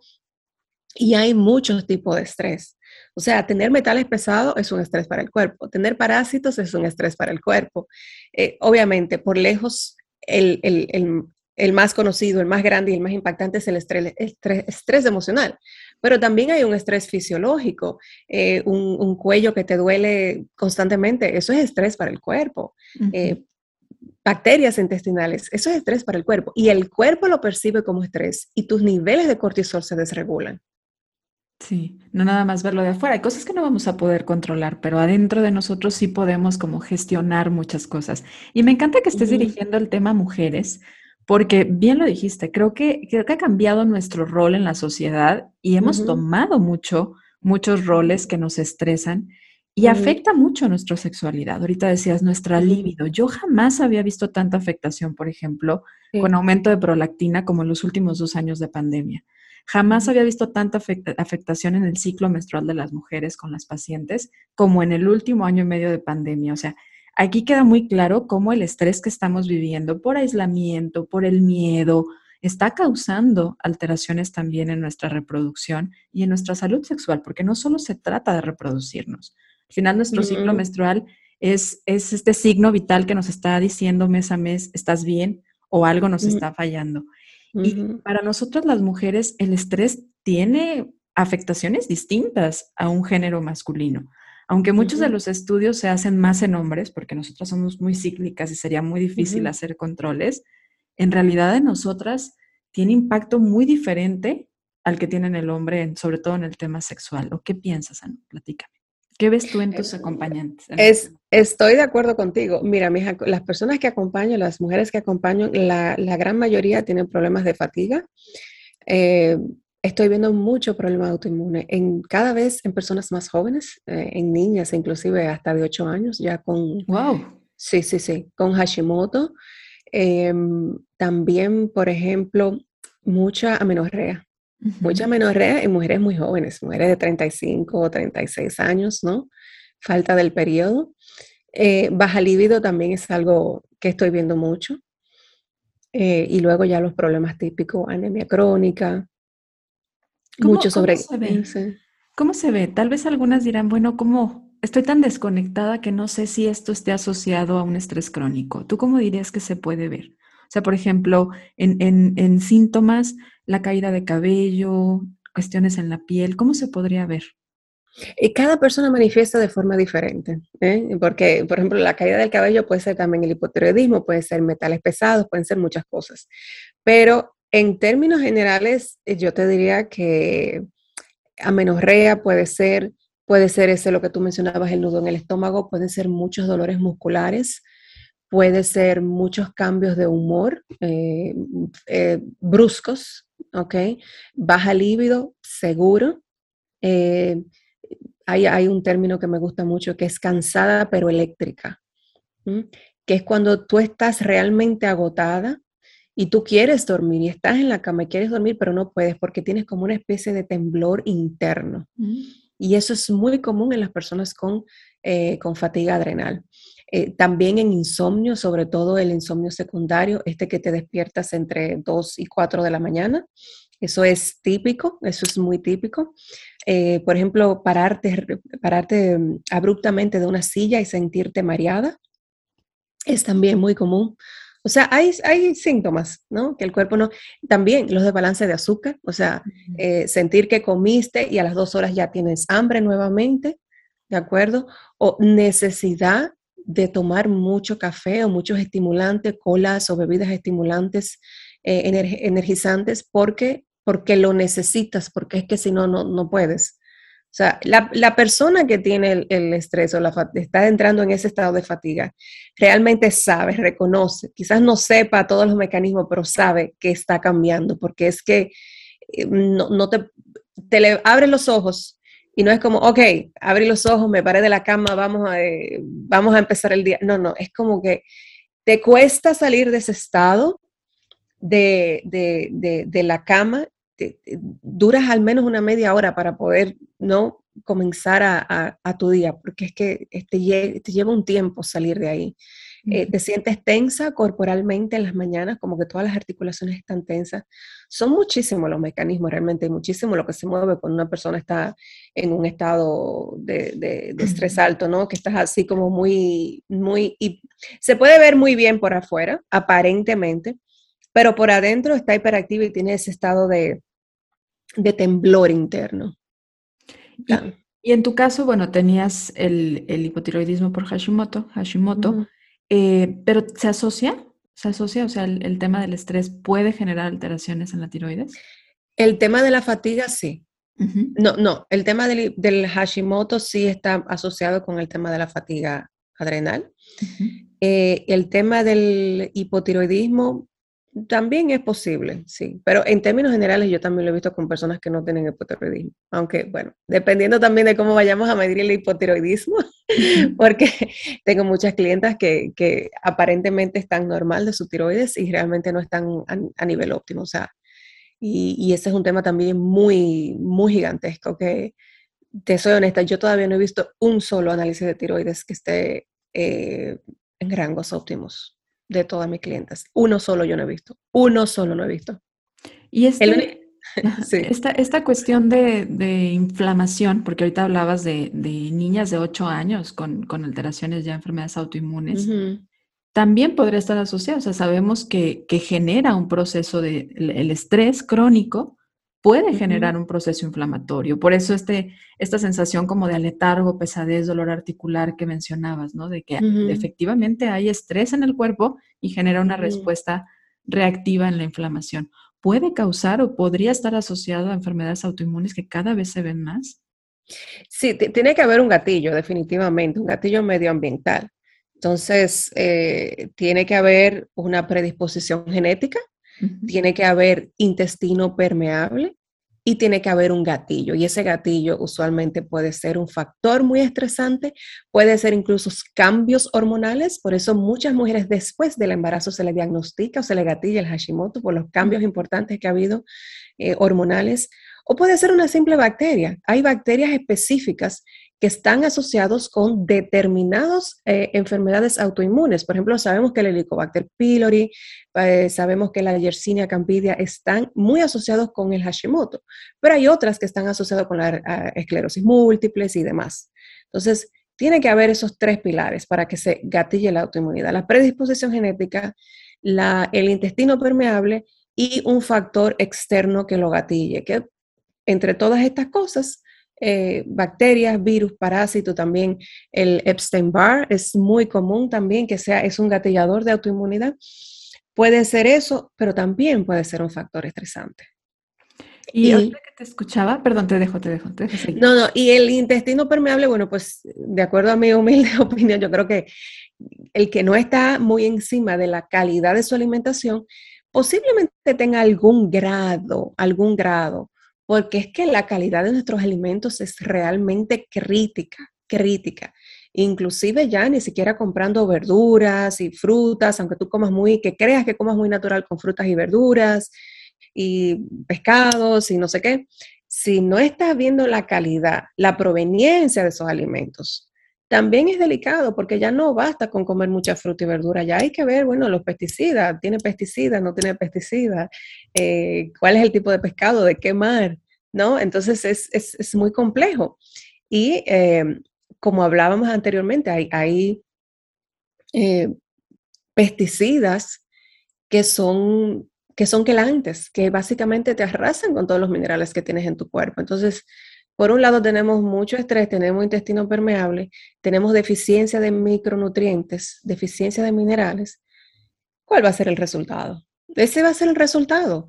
Y hay muchos tipos de estrés. O sea, tener metales pesados es un estrés para el cuerpo. Tener parásitos es un estrés para el cuerpo. Eh, obviamente, por lejos, el, el, el, el, más conocido, el más grande y el más impactante es el estrés, estrés, estrés emocional. Pero también hay un estrés fisiológico, eh, un, un, cuello que te duele constantemente. Eso es estrés para el cuerpo. Uh-huh. Eh, bacterias intestinales, eso es estrés para el cuerpo. Y el cuerpo lo percibe como estrés y tus niveles de cortisol se desregulan. Sí, no nada más verlo de afuera. Hay cosas que no vamos a poder controlar, pero adentro de nosotros sí podemos como gestionar muchas cosas. Y me encanta que estés uh-huh. dirigiendo el tema mujeres, porque bien lo dijiste, creo que, creo que ha cambiado nuestro rol en la sociedad y hemos uh-huh. tomado mucho, muchos roles que nos estresan y uh-huh. afecta mucho nuestra sexualidad. Ahorita decías nuestra uh-huh. libido. Yo jamás había visto tanta afectación, por ejemplo, sí. con aumento de prolactina como en los últimos dos años de pandemia. Jamás había visto tanta afectación en el ciclo menstrual de las mujeres con las pacientes como en el último año y medio de pandemia. O sea, aquí queda muy claro cómo el estrés que estamos viviendo por aislamiento, por el miedo, está causando alteraciones también en nuestra reproducción y en nuestra salud sexual, porque no solo se trata de reproducirnos. Al final, nuestro uh-huh. ciclo menstrual es, es este signo vital que nos está diciendo mes a mes, ¿estás bien? O algo nos uh-huh. está fallando. Y uh-huh. para nosotras las mujeres el estrés tiene afectaciones distintas a un género masculino. Aunque muchos uh-huh. de los estudios se hacen más en hombres, porque nosotras somos muy cíclicas y sería muy difícil uh-huh. hacer controles, en realidad en nosotras tiene impacto muy diferente al que tiene en el hombre, sobre todo en el tema sexual. ¿O qué piensas, Ana? Platícame. ¿Qué ves tú en tus acompañantes? Es, estoy de acuerdo contigo. Mira, mis, las personas que acompaño, las mujeres que acompaño, la, la gran mayoría tienen problemas de fatiga. Eh, estoy viendo mucho problema autoinmune, en, cada vez en personas más jóvenes, eh, en niñas inclusive hasta de ocho años, ya con... ¡Wow! Sí, sí, sí, con Hashimoto. Eh, también, por ejemplo, mucha amenorrea. Uh-huh. Mucha amenorrea en mujeres muy jóvenes, mujeres de treinta y cinco o treinta y seis años, ¿no? Falta del periodo. Eh, baja libido también es algo que estoy viendo mucho. Eh, y luego ya los problemas típicos, anemia crónica. ¿Cómo, mucho sobre... ¿cómo se ve? Sí. ¿Cómo se ve? Tal vez algunas dirán, bueno, ¿cómo? Estoy tan desconectada que no sé si esto esté asociado a un estrés crónico. ¿Tú cómo dirías que se puede ver? O sea, por ejemplo, en, en, en síntomas, la caída de cabello, cuestiones en la piel, ¿cómo se podría ver? Y cada persona manifiesta de forma diferente, ¿eh? Porque, por ejemplo, la caída del cabello puede ser también el hipotiroidismo, puede ser metales pesados, pueden ser muchas cosas. Pero en términos generales, yo te diría que amenorrea puede ser, puede ser ese lo que tú mencionabas, el nudo en el estómago, pueden ser muchos dolores musculares, puede ser muchos cambios de humor eh, eh, bruscos, ¿ok? Baja libido, seguro. Eh, hay, hay un término que me gusta mucho que es cansada pero eléctrica, ¿sí? Que es cuando tú estás realmente agotada y tú quieres dormir y estás en la cama y quieres dormir pero no puedes porque tienes como una especie de temblor interno. Mm. Y eso es muy común en las personas con, eh, con fatiga adrenal. Eh, también en insomnio, sobre todo el insomnio secundario, este que te despiertas entre dos y cuatro de la mañana. Eso es típico, eso es muy típico. Eh, por ejemplo, pararte, pararte abruptamente de una silla y sentirte mareada es también muy común. O sea, hay, hay síntomas, ¿no? Que el cuerpo no... También los desbalances de azúcar, o sea, eh, sentir que comiste y a las dos horas ya tienes hambre nuevamente, ¿de acuerdo? O necesidad de tomar mucho café o muchos estimulantes, colas o bebidas estimulantes eh, ener- energizantes porque, porque lo necesitas, porque es que si no, no, no puedes. O sea, la, la persona que tiene el, el estrés o la está entrando en ese estado de fatiga, realmente sabe, reconoce, quizás no sepa todos los mecanismos, pero sabe que está cambiando, porque es que eh, no, no te, te le abre los ojos Y no es como, ok, abrí los ojos, me paré de la cama, vamos a, eh, vamos a empezar el día. No, no, es como que te cuesta salir de ese estado de, de, de, de la cama, te, te, duras al menos una media hora para poder, ¿no?, comenzar a, a, a tu día, porque es que te, te lleva un tiempo salir de ahí. Eh, te sientes tensa corporalmente en las mañanas, como que todas las articulaciones están tensas. Son muchísimos los mecanismos, realmente, muchísimo lo que se mueve cuando una persona está en un estado de, de, de estrés alto, ¿no? Que estás así como muy, muy, y se puede ver muy bien por afuera, aparentemente, pero por adentro está hiperactivo y tiene ese estado de, de temblor interno. Y, y en tu caso, bueno, tenías el, el hipotiroidismo por Hashimoto, Hashimoto, uh-huh. eh, pero ¿se asocia? ¿Se asocia? O sea, el, el tema del estrés puede generar alteraciones en la tiroides. El tema de la fatiga, sí. Uh-huh. No, no, el tema del, del Hashimoto sí está asociado con el tema de la fatiga adrenal. Uh-huh. Eh, el tema del hipotiroidismo también es posible, sí, pero en términos generales yo también lo he visto con personas que no tienen hipotiroidismo, aunque bueno, dependiendo también de cómo vayamos a medir el hipotiroidismo, porque tengo muchas clientas que, que aparentemente están normal de su tiroides y realmente no están a, a nivel óptimo, o sea, y, y ese es un tema también muy, muy gigantesco que, te soy honesta, yo todavía no he visto un solo análisis de tiroides que esté eh, en rangos óptimos de todas mis clientes. Uno solo yo no he visto. Uno solo no he visto. Y este, sí. esta, esta cuestión de, de inflamación, porque ahorita hablabas de, de niñas de ocho años con, con alteraciones ya enfermedades autoinmunes, uh-huh. también podría estar asociada. O sea, sabemos que, que genera un proceso de, el, el estrés crónico puede uh-huh. generar un proceso inflamatorio. Por eso este, esta sensación como de letargo, pesadez, dolor articular que mencionabas, ¿no? De que uh-huh. efectivamente hay estrés en el cuerpo y genera una uh-huh. respuesta reactiva en la inflamación. ¿Puede causar o podría estar asociado a enfermedades autoinmunes que cada vez se ven más? Sí, t- tiene que haber un gatillo, definitivamente, un gatillo medioambiental. Entonces, eh, tiene que haber una predisposición genética, uh-huh. tiene que haber intestino permeable y tiene que haber un gatillo. Y ese gatillo usualmente puede ser un factor muy estresante, puede ser incluso cambios hormonales. Por eso muchas mujeres después del embarazo se le diagnostica o se le gatilla el Hashimoto por los cambios uh-huh. importantes que ha habido eh, hormonales. O puede ser una simple bacteria. Hay bacterias específicas que están asociados con determinadas eh, enfermedades autoinmunes. Por ejemplo, sabemos que el Helicobacter pylori, eh, sabemos que la Yersinia campidia están muy asociados con el Hashimoto, pero hay otras que están asociadas con la uh, esclerosis múltiple y demás. Entonces, tiene que haber esos tres pilares para que se gatille la autoinmunidad. La predisposición genética, la, el intestino permeable y un factor externo que lo gatille, que entre todas estas cosas, eh, bacterias, virus, parásitos, también el Epstein-Barr es muy común también que sea, es un gatillador de autoinmunidad. Puede ser eso, pero también puede ser un factor estresante. Y, y ahorita que te escuchaba, perdón, te dejo, te dejo, te dejo seguir. No, no, y el intestino permeable, bueno, pues de acuerdo a mi humilde opinión, yo creo que el que no está muy encima de la calidad de su alimentación, posiblemente tenga algún grado, algún grado, porque es que la calidad de nuestros alimentos es realmente crítica, crítica. Inclusive ya ni siquiera comprando verduras y frutas, aunque tú comas muy, que creas que comas muy natural con frutas y verduras y pescados y no sé qué, si no estás viendo la calidad, la proveniencia de esos alimentos, también es delicado porque ya no basta con comer mucha fruta y verdura, ya hay que ver, bueno, los pesticidas, ¿tiene pesticidas, no tiene pesticidas? Eh, ¿Cuál es el tipo de pescado, de qué mar? ¿No? Entonces es, es, es muy complejo. Y eh, como hablábamos anteriormente, hay, hay eh, pesticidas que son, que son quelantes, que básicamente te arrasan con todos los minerales que tienes en tu cuerpo. Entonces, por un lado tenemos mucho estrés, tenemos intestino permeable, tenemos deficiencia de micronutrientes, deficiencia de minerales. ¿Cuál va a ser el resultado? Ese va a ser el resultado.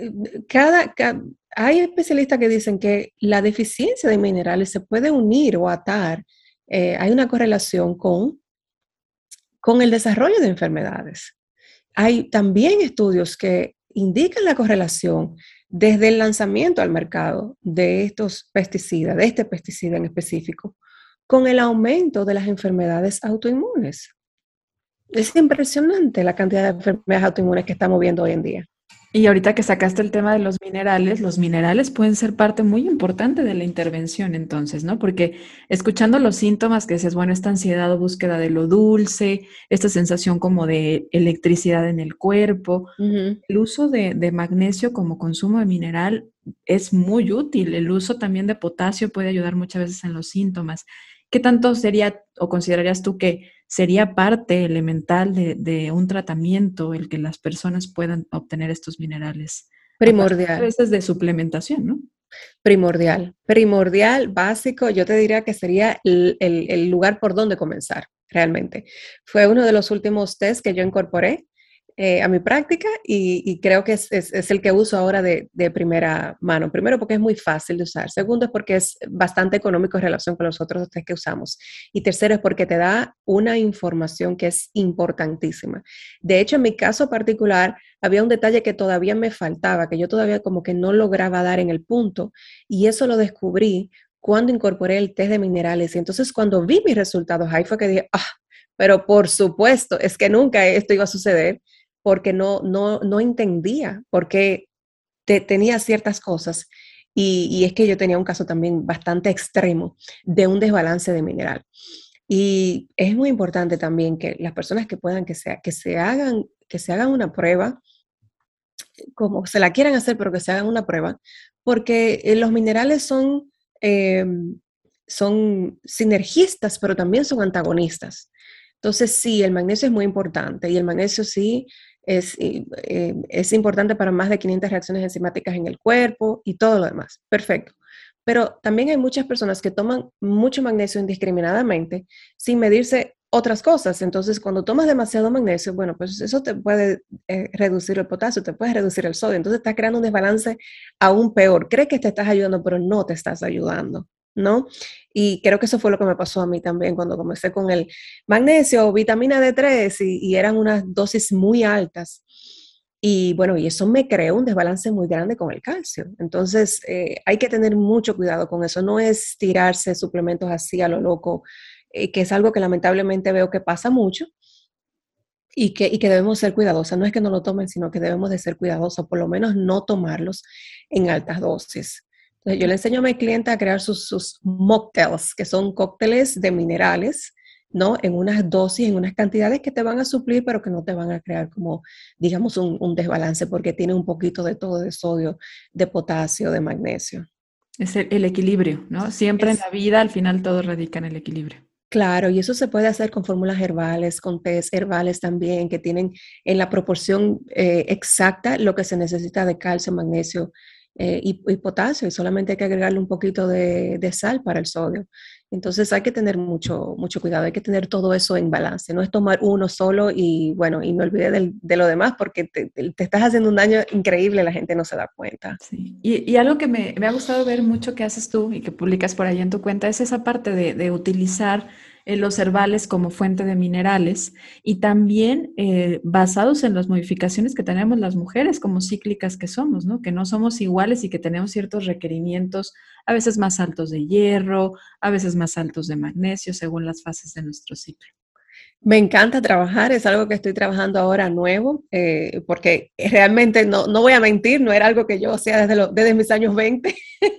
Cada, cada, hay especialistas que dicen que la deficiencia de minerales se puede unir o atar, eh, hay una correlación con, con el desarrollo de enfermedades. Hay también estudios que indican la correlación desde el lanzamiento al mercado de estos pesticidas, de este pesticida en específico, con el aumento de las enfermedades autoinmunes. Es impresionante la cantidad de enfermedades autoinmunes que estamos viendo hoy en día. Y ahorita que sacaste el tema de los minerales, los minerales pueden ser parte muy importante de la intervención entonces, ¿no? Porque escuchando los síntomas que dices, bueno, esta ansiedad o búsqueda de lo dulce, esta sensación como de electricidad en el cuerpo, Uh-huh. el uso de, de magnesio como consumo de mineral es muy útil. El uso también de potasio puede ayudar muchas veces en los síntomas. ¿Qué tanto sería o considerarías tú que sería parte elemental de, de un tratamiento el que las personas puedan obtener estos minerales? Aparte a Primordial. veces de suplementación, ¿no? Primordial, primordial, básico, yo te diría que sería el, el- el lugar por donde comenzar, realmente. Fue uno de los últimos test que yo incorporé eh, a mi práctica y, y creo que es, es- es el que uso ahora de, de primera mano. Primero porque es muy fácil de usar. Segundo es porque es bastante económico en relación con los otros test que usamos. Y tercero es porque te da una información que es importantísima. De hecho, en mi caso particular, había un detalle que todavía me faltaba, que yo todavía como que no lograba dar en el punto, y eso lo descubrí cuando incorporé el test de minerales. Y entonces cuando vi mis resultados, ahí fue que dije, ah, pero por supuesto, es que nunca esto iba a suceder porque no, no, no entendía por qué te, tenía ciertas cosas. Y, y es que yo tenía un caso también bastante extremo de un desbalance de mineral. Y es muy importante también que las personas que puedan, que, sea, que, se, hagan, que se hagan una prueba como se la quieran hacer, pero que se hagan una prueba, porque eh, los minerales son, eh, son sinergistas, pero también son antagonistas. Entonces, sí, el magnesio es muy importante y el magnesio sí es, eh, eh, es importante para más de quinientas reacciones enzimáticas en el cuerpo y todo lo demás. Perfecto. Pero también hay muchas personas que toman mucho magnesio indiscriminadamente sin medirse otras cosas. Entonces, cuando tomas demasiado magnesio, bueno, pues eso te puede eh, reducir el potasio, te puede reducir el sodio. Entonces, estás creando un desbalance aún peor. Crees que te estás ayudando, pero no te estás ayudando, ¿no? Y creo que eso fue lo que me pasó a mí también cuando comencé con el magnesio o vitamina D tres y, y eran unas dosis muy altas. Y bueno, y eso me creó un desbalance muy grande con el calcio. Entonces, eh, hay que tener mucho cuidado con eso. No es tirarse suplementos así a lo loco, eh, que es algo que lamentablemente veo que pasa mucho y que, y que debemos ser cuidadosas. No es que no lo tomen, sino que debemos de ser cuidadosos, por lo menos no tomarlos en altas dosis. Entonces, yo le enseño a mi cliente a crear sus, sus mocktails, que son cócteles de minerales, ¿no? En unas dosis, en unas cantidades que te van a suplir, pero que no te van a crear como, digamos, un, un desbalance, porque tiene un poquito de todo, de sodio, de potasio, de magnesio. Es el, el equilibrio, ¿no? Siempre en Es la vida, al final todo radica en el equilibrio. claro, y eso se puede hacer con fórmulas herbales, con tés herbales también, que tienen en la proporción eh, exacta lo que se necesita de calcio, magnesio eh, y, y potasio, y solamente hay que agregarle un poquito de, de sal para el sodio. Entonces hay que tener mucho, mucho cuidado, hay que tener todo eso en balance, no es tomar uno solo y bueno, y me olvidé del, de lo demás porque te, te, te estás haciendo un daño increíble, la gente no se da cuenta. Sí. Y, y algo que me, me ha gustado ver mucho que haces tú y que publicas por ahí en tu cuenta es esa parte de, de utilizar eh, los herbales como fuente de minerales y también eh, basados en las modificaciones que tenemos las mujeres como cíclicas que somos, ¿no? Que no somos iguales y que tenemos ciertos requerimientos, a veces más altos de hierro, a veces más altos de magnesio, según las fases de nuestro ciclo. Me encanta trabajar, es algo que estoy trabajando ahora nuevo, eh, porque realmente no, no voy a mentir, no era algo que yo hacía desde, lo, desde mis años veinte.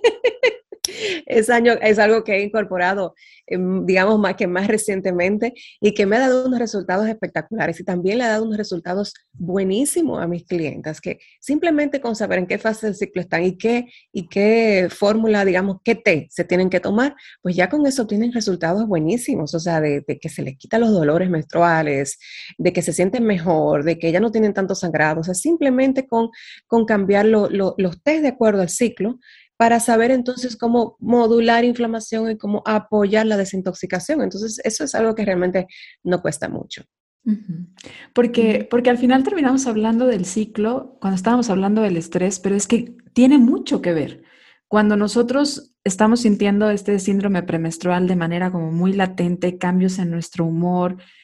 Es, año, es algo que he incorporado, eh, digamos, más que más recientemente y que me ha dado unos resultados espectaculares y también le ha dado unos resultados buenísimos a mis clientas, que simplemente con saber en qué fase del ciclo están y qué, y qué fórmula, digamos, qué té se tienen que tomar, pues ya con eso tienen resultados buenísimos, o sea, de, de que se les quita los dolores menstruales, de que se sienten mejor, de que ya no tienen tanto sangrado, o sea, simplemente con, con cambiar lo, lo, los tés de acuerdo al ciclo para saber entonces cómo modular inflamación y cómo apoyar la desintoxicación. Entonces, eso es algo que realmente no cuesta mucho. Ujú. Porque, Ujú. porque al final terminamos hablando del ciclo cuando estábamos hablando del estrés, pero es que tiene mucho que ver. Cuando nosotros estamos sintiendo este síndrome premenstrual de manera como muy latente, cambios en nuestro humor,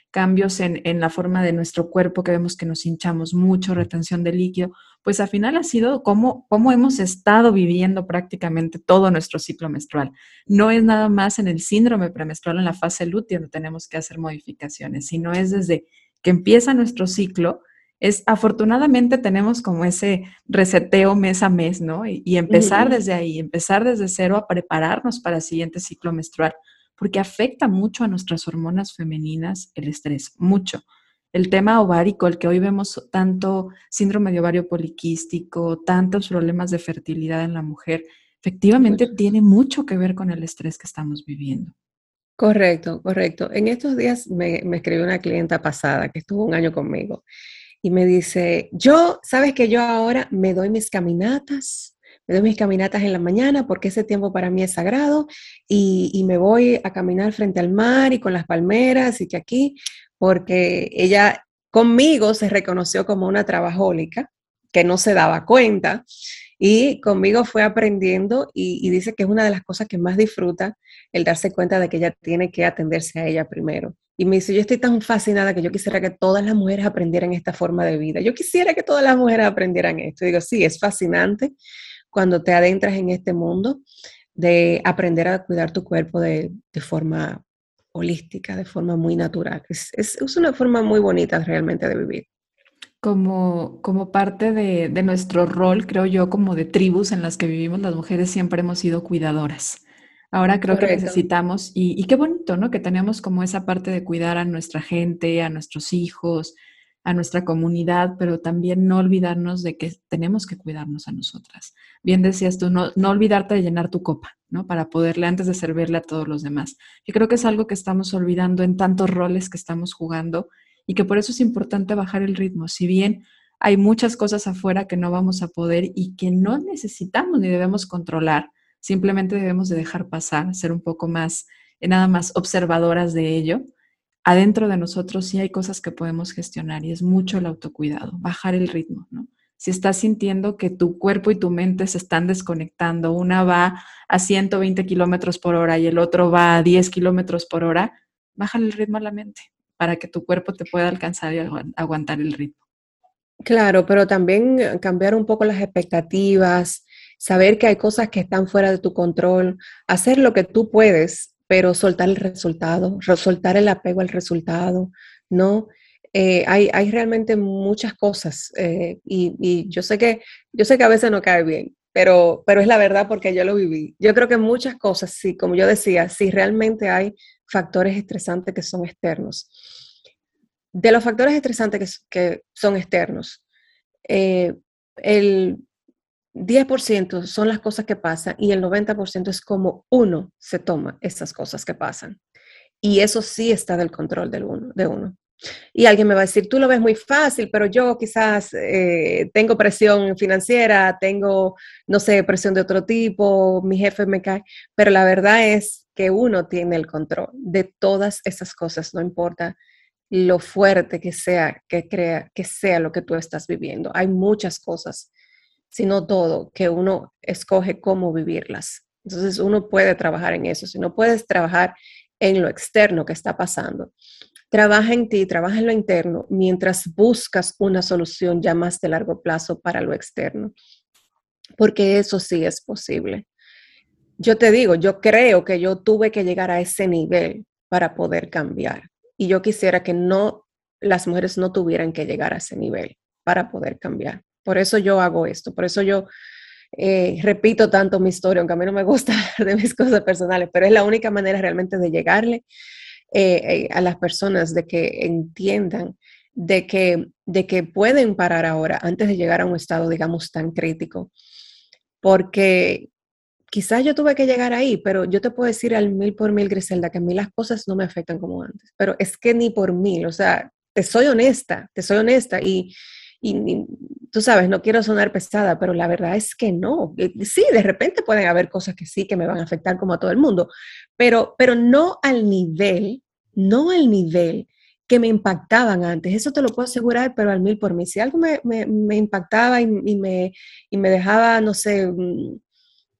cambios en, en la forma de nuestro cuerpo, que vemos que nos hinchamos mucho, retención de líquido, pues al final ha sido cómo, cómo hemos estado viviendo prácticamente todo nuestro ciclo menstrual. No es nada más en el síndrome premenstrual, en la fase lútea, donde tenemos que hacer modificaciones, sino es desde que empieza nuestro ciclo. Es, afortunadamente tenemos como ese reseteo mes a mes, ¿no? Y, y empezar Ujú. desde ahí, empezar desde cero a prepararnos para el siguiente ciclo menstrual, porque afecta mucho a nuestras hormonas femeninas el estrés, mucho. El tema ovárico, el que hoy vemos tanto síndrome de ovario poliquístico, tantos problemas de fertilidad en la mujer, efectivamente Mucho. tiene mucho que ver con el estrés que estamos viviendo. Correcto, correcto. En estos días me, me escribió una clienta pasada que estuvo un año conmigo y me dice, yo, sabes que yo ahora me doy mis caminatas, me doy mis caminatas en la mañana porque ese tiempo para mí es sagrado y, y me voy a caminar frente al mar y con las palmeras y que aquí, porque ella conmigo se reconoció como una trabajólica que no se daba cuenta y conmigo fue aprendiendo y, y dice que es una de las cosas que más disfruta el darse cuenta de que ella tiene que atenderse a ella primero. Y me dice, yo estoy tan fascinada que yo quisiera que todas las mujeres aprendieran esta forma de vida. Yo quisiera que todas las mujeres aprendieran esto. Y digo, sí, es fascinante cuando te adentras en este mundo de aprender a cuidar tu cuerpo de, de forma holística, de forma muy natural. Es, es, es una forma muy bonita realmente de vivir. Como, como parte de, de nuestro rol, creo yo, como de tribus en las que vivimos las mujeres, siempre hemos sido cuidadoras. Ahora creo que Correcto. necesitamos, y, y qué bonito, ¿no? Que tenemos como esa parte de cuidar a nuestra gente, a nuestros hijos, a nuestra comunidad, pero también no olvidarnos de que tenemos que cuidarnos a nosotras. Bien decías tú, no, no olvidarte de llenar tu copa, ¿no? Para poderle, antes de servirle a todos los demás. Yo creo que es algo que estamos olvidando en tantos roles que estamos jugando y que por eso es importante bajar el ritmo. Si bien hay muchas cosas afuera que no vamos a poder y que no necesitamos ni debemos controlar, simplemente debemos de dejar pasar, ser un poco más, eh, nada más observadoras de ello. Adentro de nosotros sí hay cosas que podemos gestionar y es mucho el autocuidado, bajar el ritmo, ¿no? Si estás sintiendo que tu cuerpo y tu mente se están desconectando, una va a ciento veinte kilómetros por hora y el otro va a diez kilómetros por hora, bájale el ritmo a la mente para que tu cuerpo te pueda alcanzar y aguantar el ritmo. Claro, pero también eh, cambiar un poco las expectativas, saber que hay cosas que están fuera de tu control, hacer lo que tú puedes, pero soltar el resultado, re- soltar el apego al resultado, ¿no? Eh, hay, hay realmente muchas cosas eh, y, y yo sé que, yo sé que a veces no cae bien, pero, pero es la verdad porque yo lo viví. Yo creo que muchas cosas, sí, como yo decía, sí realmente hay factores estresantes que son externos. De los factores estresantes que, que son externos, eh, el diez por ciento son las cosas que pasan y el noventa por ciento es como uno se toma esas cosas que pasan. Y eso sí está del control del uno, de uno. Y alguien me va a decir, tú lo ves muy fácil, pero yo quizás eh, tengo presión financiera, tengo, no sé, presión de otro tipo, mi jefe me cae, pero la verdad es que uno tiene el control de todas esas cosas, no importa lo fuerte que sea, que crea, que sea lo que tú estás viviendo. Hay muchas cosas, sino todo, que uno escoge cómo vivirlas. Entonces uno puede trabajar en eso. Si no puedes trabajar en lo externo que está pasando, trabaja en ti, trabaja en lo interno, mientras buscas una solución ya más de largo plazo para lo externo, porque eso sí es posible. Yo te digo, yo creo que yo tuve que llegar a ese nivel para poder cambiar. Y yo quisiera que no, las mujeres no tuvieran que llegar a ese nivel para poder cambiar. Por eso yo hago esto, por eso yo eh, repito tanto mi historia, aunque a mí no me gusta hablar de mis cosas personales, pero es la única manera realmente de llegarle eh, eh, a las personas, de que entiendan de que, de que pueden parar ahora antes de llegar a un estado, digamos, tan crítico. Porque quizás yo tuve que llegar ahí, pero yo te puedo decir al mil por mil, Griselda, que a mí las cosas no me afectan como antes, pero es que ni por mil, o sea, te soy honesta, te soy honesta y, y, y tú sabes, no quiero sonar pesada, pero la verdad es que no. Eh, Sí, de repente pueden haber cosas que sí, que me van a afectar como a todo el mundo, pero, pero no al nivel, no al nivel que me impactaban antes, eso te lo puedo asegurar, pero al mil por mil. Si algo me, me, me impactaba y, y, me, y me dejaba, no sé, mm,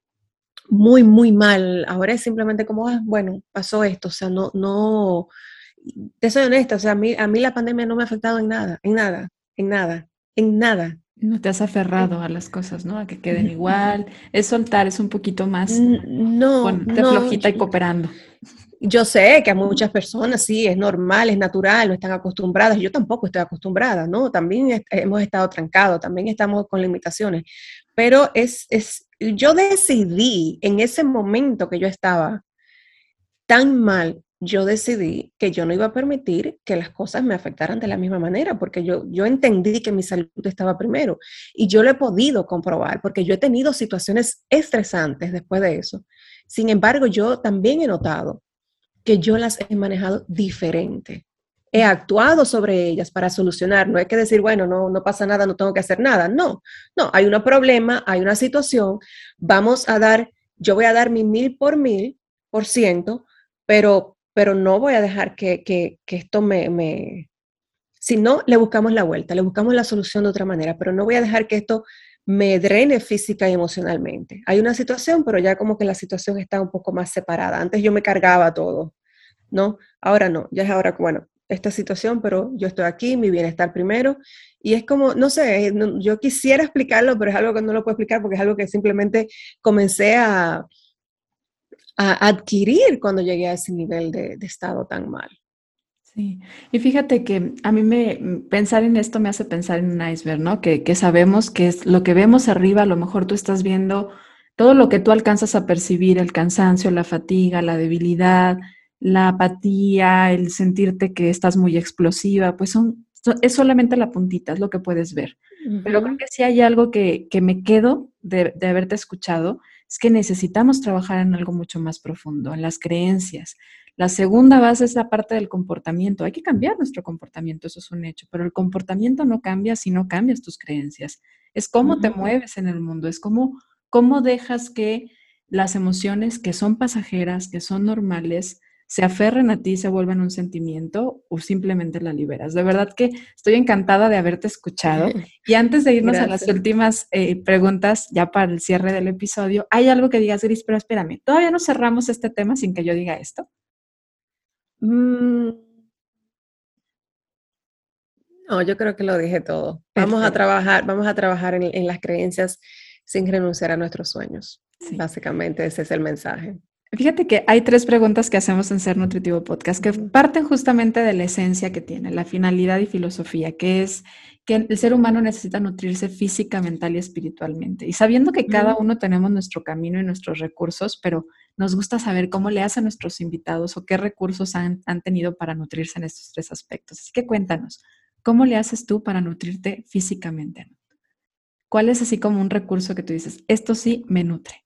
muy, muy mal. Ahora es simplemente como, ah, bueno, pasó esto, o sea, no, no, te soy honesta, o sea, a mí, a mí la pandemia no me ha afectado en nada, en nada, en nada, en nada. No te has aferrado a las cosas, ¿no? A que queden igual. Es soltar, es un poquito más, No, ponte no, flojita yo, y cooperando. yo sé que a muchas personas sí, es normal, es natural, no están acostumbradas, yo tampoco estoy acostumbrada, ¿no? También est- hemos estado trancados, también estamos con limitaciones, pero es, es, yo decidí en ese momento que yo estaba tan mal, yo decidí que yo no iba a permitir que las cosas me afectaran de la misma manera, porque yo, yo entendí que mi salud estaba primero y yo lo he podido comprobar, porque yo he tenido situaciones estresantes después de eso. Sin embargo, yo también he notado que yo las he manejado diferente. He actuado sobre ellas para solucionar. No hay que decir, bueno, no, no pasa nada, no tengo que hacer nada. No, no, hay un problema, hay una situación, vamos a dar, yo voy a dar mi mil por mil por ciento, pero, pero no voy a dejar que, que, que esto me, me, si no, le buscamos la vuelta, le buscamos la solución de otra manera, pero no voy a dejar que esto me drene física y emocionalmente. Hay una situación, pero ya como que la situación está un poco más separada. Antes yo me cargaba todo, ¿no? Ahora no, ya es ahora, bueno, esta situación, pero yo estoy aquí, mi bienestar primero. Y es como, no sé, no, yo quisiera explicarlo, pero es algo que no lo puedo explicar porque es algo que simplemente comencé a, a adquirir cuando llegué a ese nivel de, de estado tan mal. Sí, y fíjate que a mí me pensar en esto me hace pensar en un iceberg, ¿no? Que, que sabemos que es lo que vemos arriba, a lo mejor tú estás viendo todo lo que tú alcanzas a percibir, el cansancio, la fatiga, la debilidad, la apatía, el sentirte que estás muy explosiva, pues son, so- es solamente la puntita, es lo que puedes ver. Pero creo Ujú, que sí hay algo que, que me quedo de, de haberte escuchado, es que necesitamos trabajar en algo mucho más profundo, en las creencias. La segunda base es la parte del comportamiento. Hay que cambiar nuestro comportamiento, eso es un hecho, pero el comportamiento no cambia si no cambias tus creencias. Es cómo te ujú. mueves en el mundo, es cómo, cómo dejas que las emociones que son pasajeras, que son normales, se aferren a ti, se vuelvan un sentimiento o simplemente la liberas. De verdad que estoy encantada de haberte escuchado. Y antes de irnos a las Gracias. últimas eh, preguntas, ya para el cierre del episodio, ¿hay algo que digas, Gris? Pero espérame, todavía no cerramos este tema sin que yo diga esto. Mm, no, yo creo que lo dije todo. Vamos a Perfecto. trabajar, vamos a trabajar en, en las creencias sin renunciar a nuestros sueños. Sí. Básicamente ese es el mensaje. Fíjate que hay tres preguntas que hacemos en Ser Nutritivo Podcast que Ujú. parten justamente de la esencia que tiene, la finalidad y filosofía, que es que el ser humano necesita nutrirse física, mental y espiritualmente. Y sabiendo que cada Ujú. uno tenemos nuestro camino y nuestros recursos, pero nos gusta saber cómo le hacen nuestros invitados o qué recursos han, han tenido para nutrirse en estos tres aspectos. Así que cuéntanos, ¿cómo le haces tú para nutrirte físicamente? ¿Cuál es así como un recurso que tú dices, esto sí me nutre?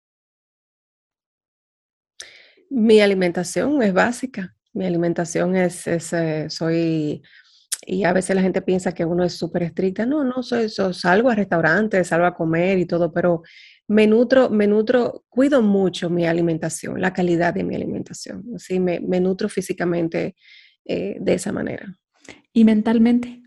Mi alimentación es básica. Mi alimentación es, es, eh, soy, y a veces la gente piensa que uno es súper estricta. No, no, soy, so- salgo a restaurantes, salgo a comer y todo, pero me nutro, me nutro, cuido mucho mi alimentación, la calidad de mi alimentación. Así me, me nutro físicamente eh, de esa manera. Y mentalmente.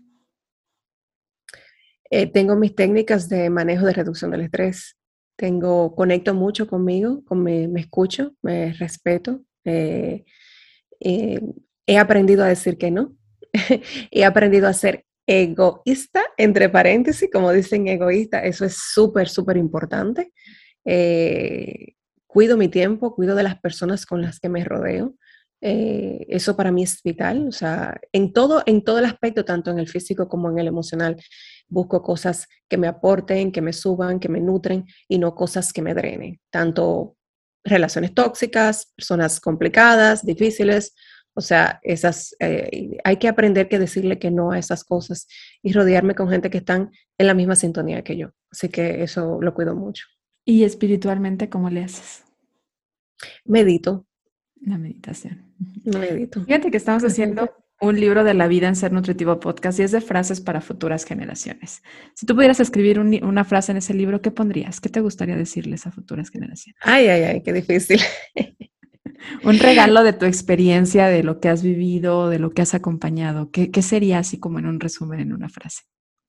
Eh, tengo mis técnicas de manejo de reducción del estrés. Tengo, conecto mucho conmigo, con me, me escucho, me respeto. eh, eh, He aprendido a decir que no. He aprendido a ser egoísta, entre paréntesis, como dicen egoísta. Eso es súper, súper importante. Eh, Cuido mi tiempo, cuido de las personas con las que me rodeo. Eh, eso para mí es vital, o sea, en todo, en todo el aspecto, tanto en el físico como en el emocional, busco cosas que me aporten, que me suban, que me nutren y no cosas que me drenen, tanto relaciones tóxicas, personas complicadas, difíciles, o sea, esas, eh, hay que aprender que decirle que no a esas cosas y rodearme con gente que están en la misma sintonía que yo, así que eso lo cuido mucho. Y espiritualmente, ¿cómo le haces? Medito, La meditación. Ujú. medito. Fíjate que estamos Ujú. haciendo un libro de la vida en Ser Nutritivo Podcast y es de frases para futuras generaciones. Si tú pudieras escribir un una frase en ese libro, ¿qué pondrías? ¿Qué te gustaría decirles a futuras generaciones? Ay, ay, ay, qué difícil. Un regalo de tu experiencia, de lo que has vivido, de lo que has acompañado. ¿Qué, qué sería así como en un resumen, en una frase?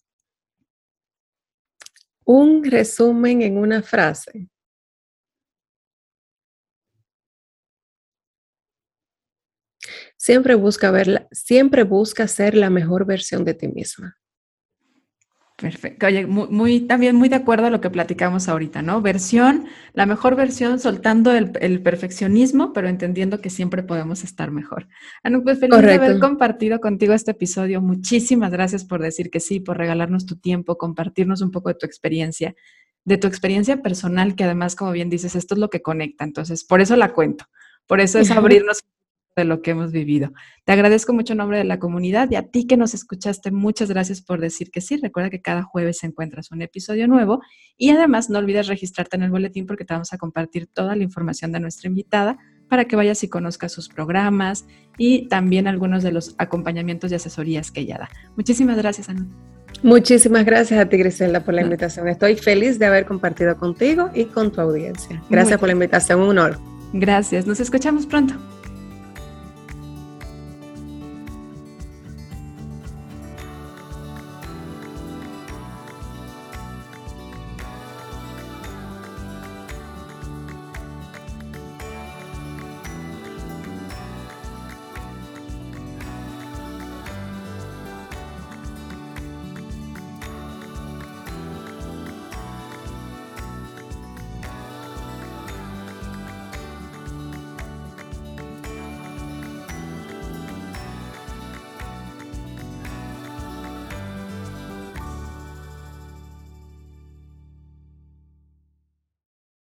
Un resumen en una frase. Siempre busca verla, siempre busca ser la mejor versión de ti misma. Perfecto. Oye, muy, muy, también muy de acuerdo a lo que platicamos ahorita, ¿no? Versión, la mejor versión, soltando el, el perfeccionismo, pero entendiendo que siempre podemos estar mejor. Anu, pues feliz de haber Correcto. compartido contigo este episodio. Muchísimas gracias por decir que sí, por regalarnos tu tiempo, compartirnos un poco de tu experiencia, de tu experiencia personal, que además, como bien dices, esto es lo que conecta. Entonces, por eso la cuento. Por eso es abrirnos de lo que hemos vivido. Te agradezco mucho en nombre de la comunidad y a ti que nos escuchaste, muchas gracias por decir que sí. Recuerda que cada jueves encuentras un episodio nuevo y además no olvides registrarte en el boletín porque te vamos a compartir toda la información de nuestra invitada para que vayas y conozcas sus programas y también algunos de los acompañamientos y asesorías que ella da. Muchísimas gracias, Anu. Muchísimas gracias a ti, Griselda, por la invitación. Estoy feliz de haber compartido contigo y con tu audiencia. Gracias por la invitación, un honor. Gracias, nos escuchamos pronto.